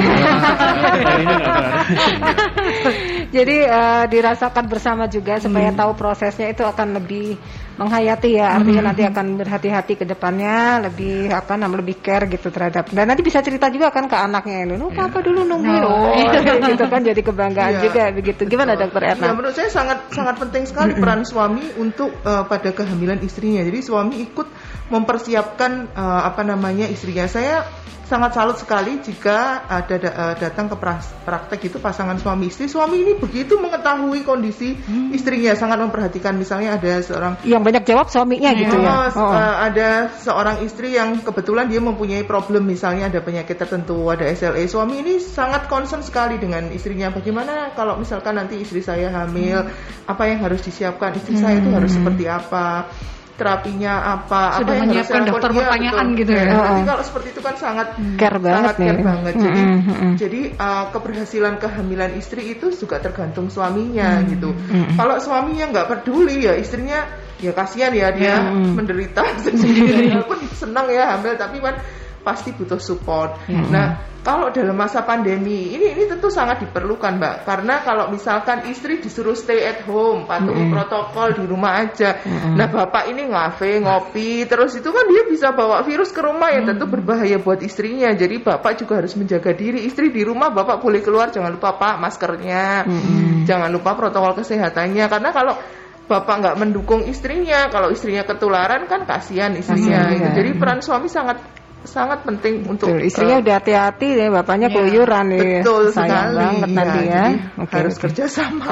Jadi uh, dirasakan bersama juga supaya hmm. tahu prosesnya itu akan lebih menghayati ya, artinya hmm. nanti akan berhati-hati ke depannya, lebih apa namanya lebih care gitu terhadap, dan nanti bisa cerita juga kan ke anaknya ini, oh papa dulu nungguin, oh, oh gitu kan, jadi kebanggaan yeah. juga begitu. Gimana Dokter Erna? Ya, menurut saya sangat sangat penting sekali peran suami untuk uh, pada kehamilan istrinya. Jadi suami ikut mempersiapkan uh, apa namanya istrinya. Saya sangat salut sekali jika ada uh, datang ke praktek itu pasangan suami istri, suami ini begitu mengetahui kondisi hmm. istrinya, sangat memperhatikan. Misalnya ada seorang yang banyak jawab suaminya gitu oh, ya. Oh. Uh, ada seorang istri yang kebetulan dia mempunyai problem, misalnya ada penyakit tertentu, ada S L E. Suami ini sangat concern sekali dengan istrinya. Bagaimana kalau misalkan nanti istri saya hamil, hmm. apa yang harus disiapkan? Istri hmm. saya itu harus seperti apa? Terapinya apa, sudah apa yang menyiapkan harus dokter ya, pertanyaan betul. gitu ya. Nah, nanti kalau seperti itu kan sangat care banget, sangat care banget. Jadi, mm-hmm. jadi uh, keberhasilan kehamilan istri itu juga tergantung suaminya mm-hmm. gitu. Mm-hmm. Kalau suaminya nggak peduli ya istrinya, ya kasihan ya dia mm-hmm. menderita sendiri. Walaupun senang ya hamil, tapi kan pasti butuh support. Hmm. Nah, kalau dalam masa pandemi ini ini tentu sangat diperlukan, Mbak. Karena kalau misalkan istri disuruh stay at home, patuhi hmm. protokol di rumah aja. Hmm. Nah, bapak ini ngafe, ngopi, terus itu kan dia bisa bawa virus ke rumah yang tentu berbahaya buat istrinya. Jadi bapak juga harus menjaga diri. Istri di rumah, bapak boleh keluar, jangan lupa Pak maskernya. Hmm. Jangan lupa protokol kesehatannya. Karena kalau bapak nggak mendukung istrinya, kalau istrinya ketularan kan kasihan istrinya. Gitu. Jadi peran suami sangat sangat penting untuk betul, istrinya uh, udah hati-hati deh, bapaknya ya, keluyuran nih. Betul sayang sekali. Banget ya, nanti ya. Okay, harus okay. kerja sama.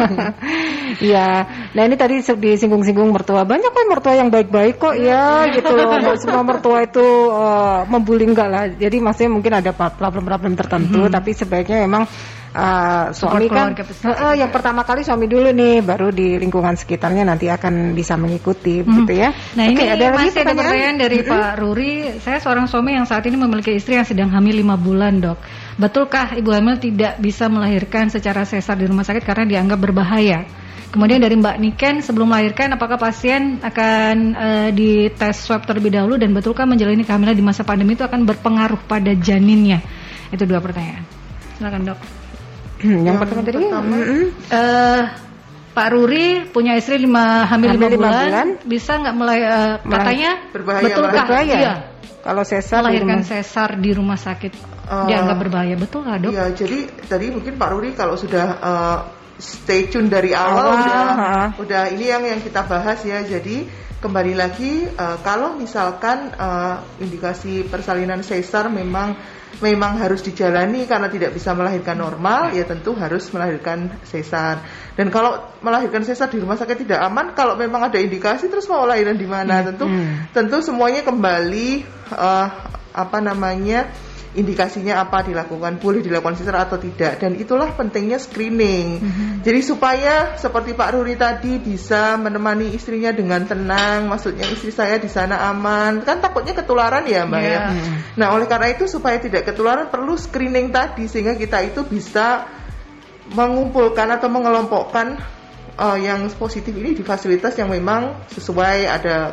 Iya. Nah ini tadi disinggung-singgung mertua, banyak kok mertua yang baik-baik kok ya gitu loh. Nggak semua mertua itu uh, membuli enggak lah. Jadi maksudnya mungkin ada problem-problem tertentu, hmm. tapi sebaiknya memang Uh, suami kan uh, uh, yang pertama kali suami dulu nih, baru di lingkungan sekitarnya nanti akan bisa mengikuti, hmm. gitu ya. Nah okay, ini ada lagi masih ada pertanyaan dari mm-hmm. Pak Ruri. Saya seorang suami yang saat ini memiliki istri yang sedang hamil lima bulan, Dok. Betulkah ibu hamil tidak bisa melahirkan secara sesar di rumah sakit karena dianggap berbahaya? Kemudian dari Mbak Niken, sebelum melahirkan apakah pasien akan uh, dites swab terlebih dahulu, dan betulkah menjalani kehamilan di masa pandemi itu akan berpengaruh pada janinnya? Itu dua pertanyaan. Silakan, Dok. Yang, yang pertama tadi uh, Pak Ruri punya istri lima hamil lima bulan, bulan, bisa nggak mulai uh, katanya berbahaya, betulkah berbahaya? Iya. Kalau sesar melahirkan sesar di rumah sakit uh, dianggap berbahaya, betul nggak, Dok? Iya, jadi tadi mungkin Pak Ruri kalau sudah uh, stay tune dari awal oh, udah ha. udah ini yang yang kita bahas ya. Jadi kembali lagi uh, kalau misalkan uh, indikasi persalinan sesar memang memang harus dijalani karena tidak bisa melahirkan normal, ya tentu harus melahirkan sesar. Dan kalau melahirkan sesar di rumah sakit tidak aman, kalau memang ada indikasi terus mau lahiran di mana, hmm. tentu hmm. tentu semuanya kembali uh, apa namanya indikasinya apa dilakukan, boleh dilakukan sesar atau tidak, dan itulah pentingnya screening. Mm-hmm. Jadi supaya seperti Pak Ruri tadi bisa menemani istrinya dengan tenang, maksudnya istri saya di sana aman, kan takutnya ketularan ya Mbak yeah. ya. Nah oleh karena itu supaya tidak ketularan perlu screening tadi, sehingga kita itu bisa mengumpulkan atau mengelompokkan uh, yang positif ini di fasilitas yang memang sesuai, ada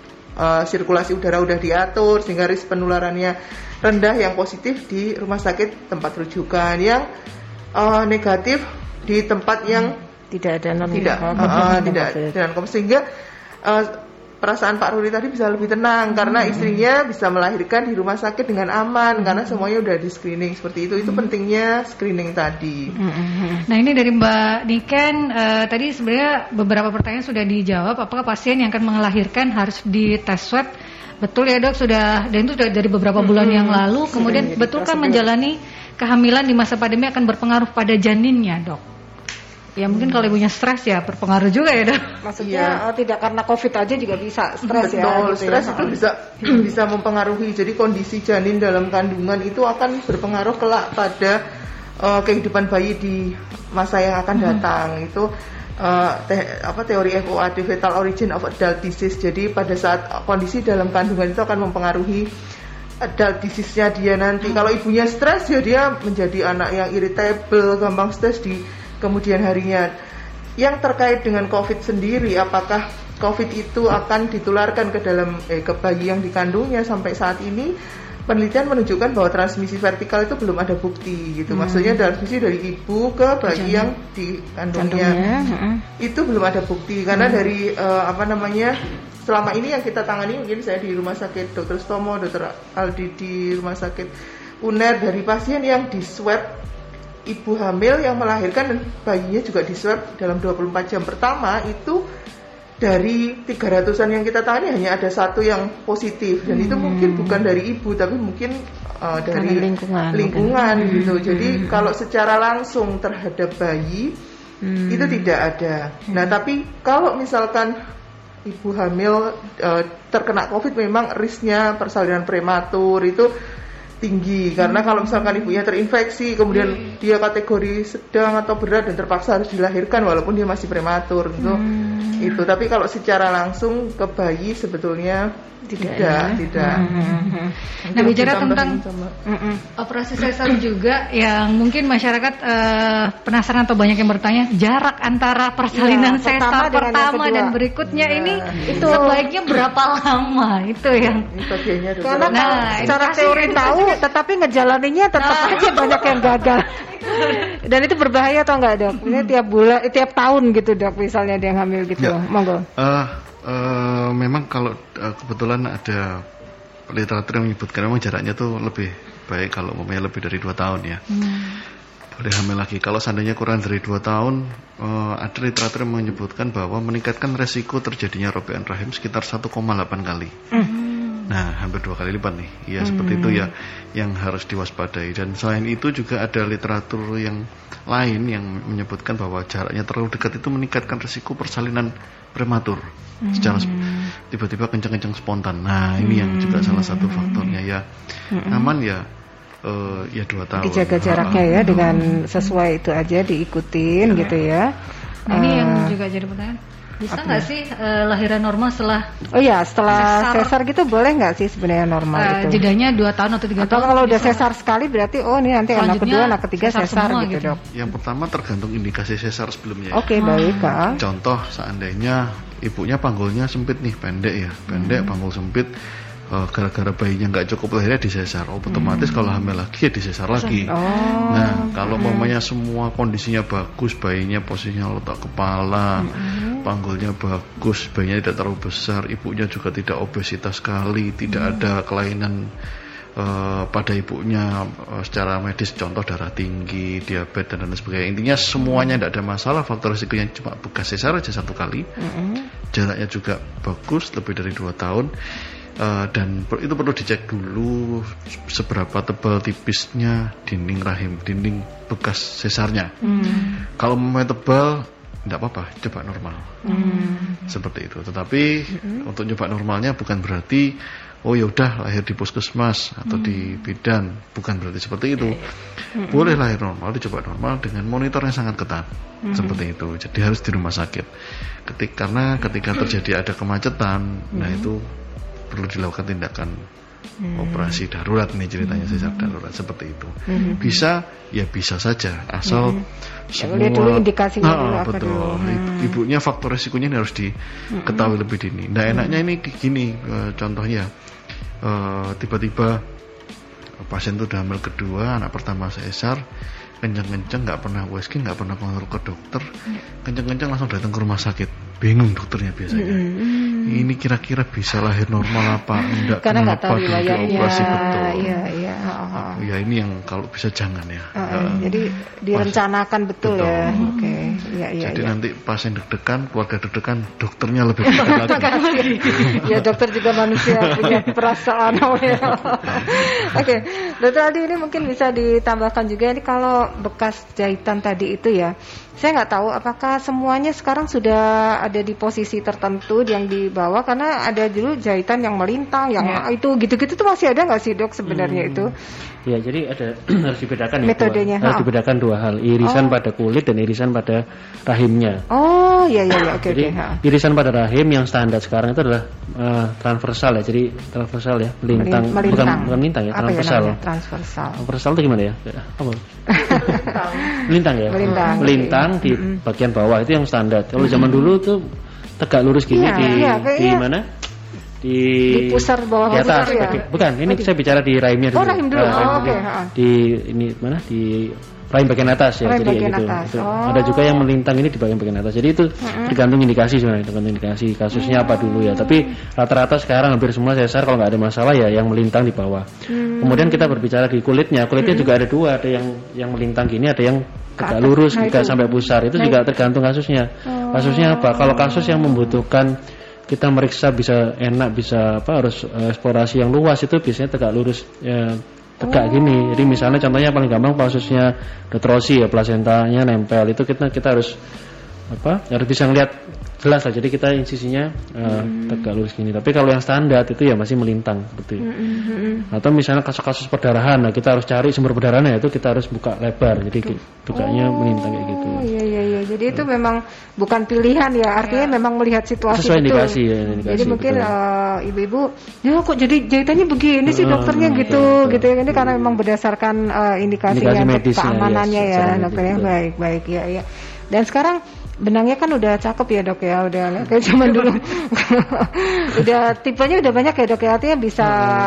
uh, sirkulasi udara udah diatur sehingga risiko penularannya rendah, yang positif di rumah sakit tempat rujukan, yang uh, negatif di tempat yang tidak ada non tidak uh, tidak dan sehingga uh, perasaan Pak Ruri tadi bisa lebih tenang hmm. karena istrinya bisa melahirkan di rumah sakit dengan aman hmm. karena semuanya udah di screening seperti itu. Itu hmm. pentingnya screening tadi. Hmm. Nah ini dari Mbak Niken, uh, tadi sebenarnya beberapa pertanyaan sudah dijawab. Apakah pasien yang akan melahirkan harus di tes swab? Betul ya Dok, sudah, dan itu sudah dari beberapa bulan hmm, yang lalu. Kemudian betulkah menjalani kehamilan di masa pandemi akan berpengaruh pada janinnya, Dok? Ya mungkin hmm. kalau ibunya stres ya berpengaruh juga ya, Dok. Maksudnya ya. oh, tidak karena COVID aja juga bisa stres ya. Betul, gitu stres ya. itu bisa bisa mempengaruhi. Jadi kondisi janin dalam kandungan itu akan berpengaruh kelak pada uh, kehidupan bayi di masa yang akan datang. Hmm. Itu Uh, te, apa teori F O A D, fetal origin of adult disease. Jadi pada saat kondisi dalam kandungan itu akan mempengaruhi adult disease-nya dia nanti. Hmm. Kalau ibunya stres ya dia menjadi anak yang irritable, gampang stres di kemudian harinya. Yang terkait dengan COVID sendiri, apakah COVID itu akan ditularkan ke dalam eh, ke bayi yang dikandungnya? Sampai saat ini penelitian menunjukkan bahwa transmisi vertikal itu belum ada bukti gitu. Hmm. Maksudnya transmisi dari ibu ke bayi Jangan. yang dikandungnya hmm. itu belum ada bukti karena hmm. dari uh, apa namanya selama ini yang kita tangani, mungkin saya di rumah sakit Dokter Stomo, Dokter Aldi di rumah sakit U N E R, dari pasien yang di swab ibu hamil yang melahirkan dan bayinya juga di swab dalam dua puluh empat jam pertama, itu dari tiga ratusan yang kita tangani hanya ada satu yang positif, dan hmm. itu mungkin bukan dari ibu tapi mungkin uh, dari lingkungan, lingkungan gitu. Hmm. Jadi hmm. kalau secara langsung terhadap bayi hmm. itu tidak ada. Hmm. Nah tapi kalau misalkan ibu hamil uh, terkena COVID, memang risknya persalinan prematur itu tinggi karena kalau misalkan ibunya terinfeksi kemudian hmm. dia kategori sedang atau berat dan terpaksa harus dilahirkan walaupun dia masih prematur gitu hmm. itu. Tapi kalau secara langsung ke bayi sebetulnya tidak tidak, ya? tidak. Hmm. Nah, bicara tentang operasi sesar juga yang mungkin masyarakat uh, penasaran atau banyak yang bertanya jarak antara persalinan ya, sesar pertama, pertama dan berikutnya nah, ini itu sebaiknya berapa lama itu yang karena nah, secara teori tahu tetapi ngejalaninya tetap nah. aja banyak yang gagal. Dan itu berbahaya atau enggak, Dok? Ini tiap bulan, tiap tahun gitu, Dok, misalnya dia hamil gitu. Ya. Monggo. Uh, uh, memang kalau uh, kebetulan ada literatur yang menyebutkan memang jaraknya tuh lebih baik kalau umpamanya lebih dari dua tahun ya. Hmm. Boleh hamil lagi. Kalau seandainya kurang dari dua tahun, uh, ada literatur yang menyebutkan bahwa meningkatkan resiko terjadinya robekan rahim sekitar satu koma delapan kali. Hmm. Nah, hampir dua kali lipat nih. Ya, hmm. seperti itu ya yang harus diwaspadai. Dan selain itu juga ada literatur yang lain yang menyebutkan bahwa jaraknya terlalu dekat itu meningkatkan risiko persalinan prematur hmm. secara tiba-tiba kencang-kencang spontan. Nah, ini hmm. yang juga salah satu faktornya ya. Hmm. Aman ya. Uh, ya dua tahun. Dijaga jaraknya ya dengan sesuai itu aja diikutin ya. Gitu ya. Nah, ini uh, yang juga jadi pertanyaan. Bisa nggak sih uh, lahiran normal setelah oh ya setelah sesar, sesar gitu boleh nggak sih sebenarnya normal uh, itu jedanya dua tahun atau tiga atau tahun kalau udah sesar sekali berarti oh ini nanti anak kedua anak ketiga sesar, sesar gitu, gitu Dok. Yang pertama tergantung indikasi sesar sebelumnya. Oke okay, ya. Baik Kak. Contoh seandainya ibunya panggulnya sempit nih pendek ya pendek hmm. panggul sempit Uh, gara-gara bayinya nggak cukup lahirnya disesar, otomatis hmm. kalau hamil lagi ya disesar lagi. Oh. Nah kalau mamanya hmm. semua kondisinya bagus, bayinya posisinya letak kepala, hmm. panggulnya bagus, bayinya tidak terlalu besar, ibunya juga tidak obesitas sekali, tidak hmm. ada kelainan uh, pada ibunya uh, secara medis, contoh darah tinggi, diabetes dan lain sebagainya. Intinya semuanya tidak ada masalah, faktor risikonya cuma bekas sesar aja satu kali, hmm. jaraknya juga bagus lebih dari dua tahun. Uh, dan per, itu perlu dicek dulu seberapa tebal tipisnya dinding rahim, dinding bekas sesarnya. Hmm. Kalau mau tebal, tidak apa-apa, coba normal. Hmm. Seperti itu. Tetapi hmm. untuk coba normalnya bukan berarti oh ya udah lahir di puskesmas atau hmm. di bidan, bukan berarti seperti itu. Hmm. Boleh lahir normal, dicoba normal dengan monitor yang sangat ketat. Hmm. Seperti itu. Jadi harus di rumah sakit. Ketik, karena ketika terjadi ada kemacetan, hmm. nah itu perlu dilakukan tindakan hmm. operasi darurat nih ceritanya hmm. sesar darurat seperti itu. Hmm. Bisa ya bisa saja asal hmm. semua ya, dulu indikasinya ah, dulu apa betul. Dulu. Hmm. Ibunya faktor resikonya ini harus diketahui hmm. lebih dini. Nah enaknya ini gini uh, contohnya uh, tiba-tiba pasien itu udah hamil kedua, anak pertama sesar, kenceng-kenceng nggak pernah U S G, nggak pernah konsul ke dokter, kenceng-kenceng langsung datang ke rumah sakit, bingung dokternya biasanya. Mm-hmm. Ini kira-kira bisa lahir normal apa enggak? Karena nggak tahu riwayatnya. Operasi betul. Iya, iya. Oh. Ya ini yang kalau bisa jangan ya. Uh, uh, jadi direncanakan betul, betul ya. Oke. Okay. Ya, ya, jadi ya. nanti pasien deg-degan, keluarga deg-degan, dokternya lebih deg-degan lagi. Ya dokter juga manusia punya perasaan. Oke, okay. Dokter Aldi ini mungkin bisa ditambahkan juga ini kalau bekas jahitan tadi itu ya. Saya nggak tahu apakah semuanya sekarang sudah ada di posisi tertentu yang dibawa karena ada dulu jahitan yang melintang, yang ya. Itu gitu-gitu tuh masih ada nggak sih dok sebenarnya hmm. itu? Ya jadi ada harus dibedakan metodenya ya, dua, harus dibedakan dua hal, irisan oh. pada kulit dan irisan pada rahimnya. Oh iya iya iya oke. Jadi okay. irisan pada rahim yang standar sekarang itu adalah uh, transversal ya, jadi transversal ya, melintang, melintang. bukan bukan melintang ya, apa transversal. Ya transversal. Transversal itu gimana ya? Apa? melintang ya. Melintang. Melintang di mm-hmm. bagian bawah itu yang standar. Kalau mm-hmm. zaman dulu tuh tegak lurus gini iya, di iya, di mana? Di, di pusar bawah di atas ya? Bukan, ini oh, saya bicara di rahimnya dulu. Oh, rahim dulu. Nah, rahim oh, dulu. Okay. Di ini mana? Di rahim bagian atas ya. Rahim jadi bagian gitu. atas. Itu. Oh. Ada juga yang melintang ini di bagian bagian atas. Jadi itu mm-hmm. tergantung indikasi sebenarnya, tergantung indikasi kasusnya mm-hmm. apa dulu ya. Tapi rata-rata sekarang hampir semua sesar kalau nggak ada masalah ya yang melintang di bawah. Mm-hmm. Kemudian kita berbicara di kulitnya. Kulitnya mm-hmm. juga ada dua, ada yang yang melintang gini, ada yang tegak lurus nah, tidak sampai pusar. Itu nah, juga tergantung kasusnya. Oh. Kasusnya apa? Kalau kasus yang membutuhkan kita meriksa bisa enak, bisa apa harus uh, eksplorasi yang luas itu biasanya tegak lurus ya, tegak oh. gini. Jadi misalnya contohnya paling gampang kasusnya Detrosi ya, plasentanya nempel itu kita kita harus apa harus bisa ngelihat jelas lah. Jadi kita insisinya uh, hmm. tegak lurus gini. Tapi kalau yang standar itu ya masih melintang seperti itu. Hmm. Atau misalnya kasus-kasus perdarahan, nah kita harus cari sumber perdarahannya, itu kita harus buka lebar. Jadi dukanya oh, melintang kayak gitu. Iya iya iya. Jadi itu memang bukan pilihan ya. Artinya ya. memang melihat situasi sesuai itu. Indikasi, ya, indikasi, jadi mungkin uh, ibu-ibu, ya kok jadi jahitannya begini sih dokternya uh, gitu, betul, gitu ya. Ini karena memang berdasarkan uh, indikasinya, indikasi medisnya, keamanannya ya, ya dokternya. medis, Baik baik ya ya. Dan sekarang benangnya kan udah cakep ya dok ya, udah kayak zaman dulu. Udah tipenya udah banyak ya dok ya, artinya bisa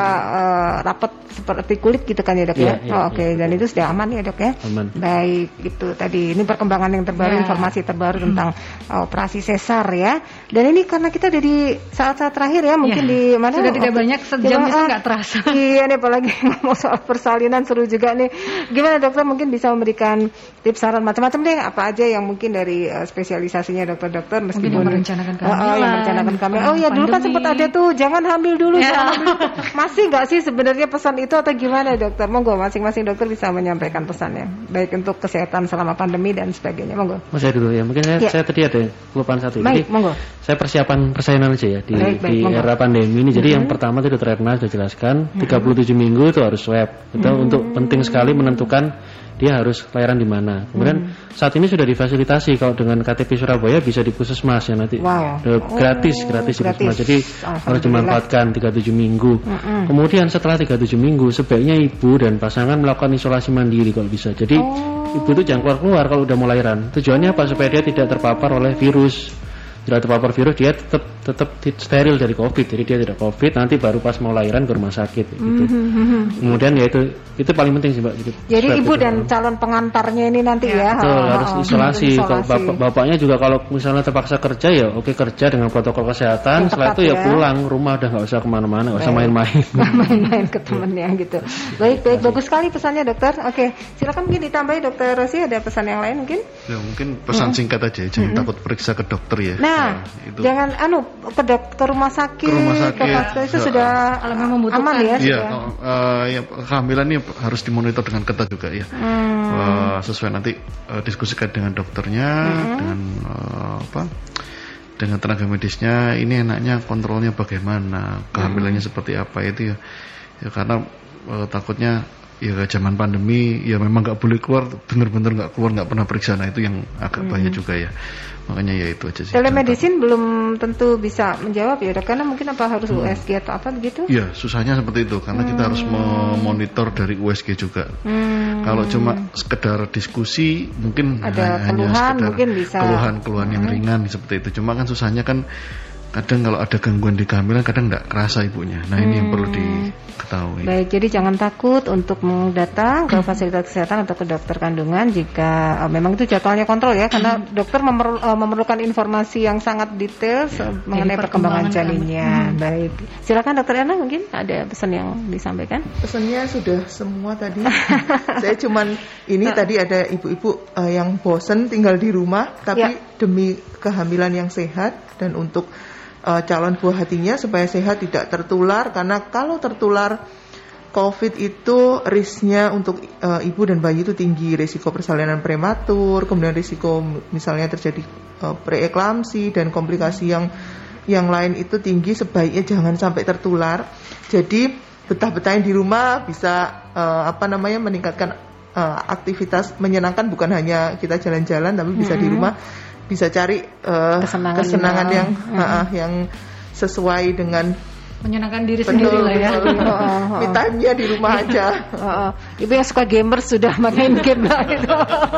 uh, rapat seperti kulit gitu kan ya dok ya. ya, ya oh, Oke okay. ya, dan ya. itu sudah aman ya dok ya. Aman. Baik itu tadi ini perkembangan yang terbaru, ya. informasi terbaru hmm. tentang uh, operasi sesar ya. Dan ini karena kita ada di saat-saat terakhir ya, mungkin ya. di mana sudah tidak banyak sejam itu nggak terasa. Iya nih, apalagi ngomong soal persalinan seru juga nih. Gimana dokter mungkin bisa memberikan tips saran macam-macam deh, apa aja yang mungkin dari uh, spesialisasinya dokter-dokter meskipun mungkin yang merencanakan kehamilan. Oh, oh, yang merencanakan kehamilan. Oh ya dulu kan sempat ada tuh jangan hamil dulu. Ya. Jangan hamil. Masih nggak sih sebenarnya pesan itu atau gimana dokter? Monggo masing-masing dokter bisa menyampaikan pesannya, baik untuk kesehatan selama pandemi dan sebagainya. Monggo. Mas saya dulu ya, mungkin saya, ya. saya tadi ada kelupaan satu. Baik, jadi monggo. Saya persiapan persalinan aja ya di, baik, baik, di era pandemi ini. Jadi mm-hmm. yang pertama itu dokter Erna sudah jelaskan mm-hmm. tiga puluh tujuh minggu itu harus swab. Itu mm-hmm. untuk penting sekali menentukan dia harus lahiran di mana. Kemudian hmm. saat ini sudah difasilitasi kalau dengan K T P Surabaya bisa di Puskesmas ya nanti. Wow. Gratis, oh, gratis di Puskesmas. Jadi harus dimanfaatkan tiga puluh tujuh minggu. Hmm. Kemudian setelah tiga puluh tujuh minggu sebaiknya ibu dan pasangan melakukan isolasi mandiri kalau bisa. Jadi oh. ibu itu jangan keluar-keluar kalau udah mau lahiran. Tujuannya apa? Supaya dia tidak terpapar oleh virus. Jika terpapar virus dia tetap tetap steril dari COVID, jadi dia tidak COVID. Nanti baru pas mau lahiran ke rumah sakit gitu. Mm-hmm. Kemudian ya itu itu paling penting sih mbak. Jadi, jadi ibu dan calon pengantarnya ini nanti ya, ya betul, ha, harus ha, isolasi. isolasi. Kalau bapak, bapaknya juga kalau misalnya terpaksa kerja ya oke kerja dengan protokol kesehatan. Setelah itu ya, ya pulang rumah, udah nggak usah kemana-mana, nggak usah main-main. Main-main ke temennya gitu. Baik baik bagus sekali pesannya dokter. Oke silakan mungkin ditambahi dokter Rosi, ada pesan yang lain mungkin? Ya mungkin pesan hmm. singkat aja, jangan hmm. takut periksa ke dokter ya. Nah, nah itu. Jangan anu ke dok ke rumah sakit, ke rumah sakit, ke itu ya, sudah aman ya. Iya, uh, ya kehamilan ini harus dimonitor dengan ketat juga ya. Hmm. Uh, sesuai nanti uh, diskusikan dengan dokternya, hmm. dengan uh, apa? Dengan tenaga medisnya. Ini enaknya kontrolnya bagaimana, kehamilannya hmm. seperti apa itu ya. Ya karena uh, takutnya ya zaman pandemi ya memang nggak boleh keluar, benar-benar nggak keluar, nggak pernah periksa. Nah itu yang agak bahaya hmm. juga ya. Makanya ya itu aja sih. Telemedicine belum tentu bisa menjawab ya dok, karena mungkin apa harus hmm. U S G atau apa begitu? Iya susahnya seperti itu karena hmm. kita harus memonitor dari U S G juga. Hmm. Kalau cuma sekedar diskusi mungkin ada hanya, keluhan, hanya sekedar mungkin bisa keluhan-keluhan hmm. yang ringan seperti itu. Cuma kan susahnya kan kadang kalau ada gangguan di kehamilan kadang nggak kerasa ibunya. Nah ini hmm. yang perlu diketahui. Baik, jadi jangan takut untuk datang ke fasilitas kesehatan atau ke dokter kandungan jika uh, memang itu jadwalnya kontrol ya, karena dokter memer, uh, memerlukan informasi yang sangat detail ya. mengenai perkembangan, perkembangan janinnya. Hmm. Baik, silakan dokter Erna mungkin ada pesan yang disampaikan. Pesannya sudah semua tadi. Saya cuman ini nah. tadi ada ibu-ibu uh, yang bosen tinggal di rumah, tapi ya. demi kehamilan yang sehat dan untuk Uh, calon buah hatinya supaya sehat tidak tertular, karena kalau tertular COVID itu risknya untuk uh, ibu dan bayi itu tinggi, risiko persalinan prematur, kemudian risiko misalnya terjadi uh, preeklamsi dan komplikasi yang yang lain itu tinggi. Sebaiknya jangan sampai tertular. Jadi betah-betahin di rumah bisa uh, apa namanya meningkatkan uh, aktivitas menyenangkan, bukan hanya kita jalan-jalan tapi bisa mm-hmm. di rumah. Bisa cari uh, kesenangan, kesenangan yang hmm. uh, yang sesuai dengan menyenangkan diri sendiri lah ya. Me time-nya di rumah aja. uh, uh. Ibu yang suka gamer sudah main game lah itu.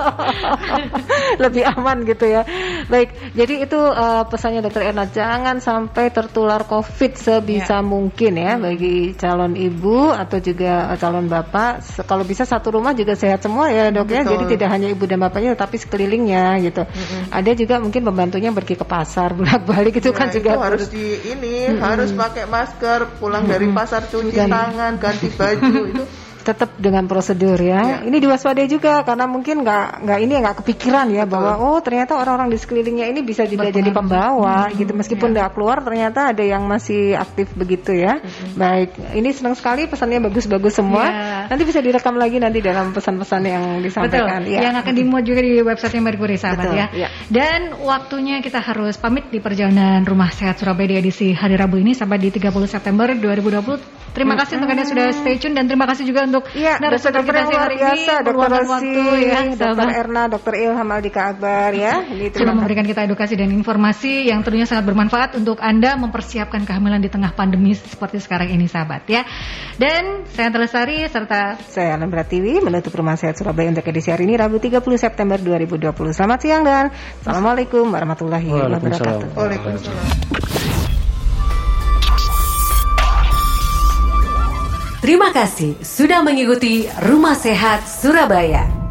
Lebih aman gitu ya. Baik, jadi itu uh, pesannya dokter Erna, jangan sampai tertular COVID sebisa ya. mungkin ya bagi calon ibu atau juga calon bapak. Kalau bisa satu rumah juga sehat semua ya dok ya. Jadi tidak hanya ibu dan bapaknya tapi sekelilingnya gitu. Mm-hmm. Ada juga mungkin pembantunya pergi ke pasar bolak-balik itu ya, kan juga itu harus di ini mm-hmm. harus pakai masker, pulang mm-hmm. dari pasar cuci ganti. tangan, ganti baju itu tetap dengan prosedur ya. ya. Ini diwaspadai juga karena mungkin nggak nggak ini nggak kepikiran ya. Betul. Bahwa oh ternyata orang-orang di sekelilingnya ini bisa juga jadi pembawa hmm, gitu meskipun nggak ya. keluar ternyata ada yang masih aktif begitu ya. Hmm. Baik, ini senang sekali pesannya bagus-bagus semua. Ya. Nanti bisa direkam lagi nanti dalam pesan-pesan yang disampaikan. Betul. Ya. Yang akan dimuat juga di website Merkuri sahabat ya. ya. Dan waktunya kita harus pamit di perjalanan Rumah Sehat Surabaya di edisi hari Rabu ini sampai di tiga puluh September dua ribu dua puluh. Terima kasih untuk Anda sudah stay tune dan terima kasih juga untuk ya, narasumber kita hari ini, Dokter Rosi, ya, Dokter Erna, Dokter Ilham Aldika Akbar ya. Ini sudah memberikan kita edukasi dan informasi yang tentunya sangat bermanfaat untuk Anda mempersiapkan kehamilan di tengah pandemi seperti sekarang ini sahabat ya. Dan saya Antelestari serta saya Alan Pratiwi menutup Rumah Sehat Surabaya untuk edisi hari ini Rabu tiga puluh September dua ribu dua puluh. Selamat siang dan Assalamualaikum warahmatullahi wabarakatuh. Waalaikumsalam. Terima kasih sudah mengikuti Rumah Sehat Surabaya.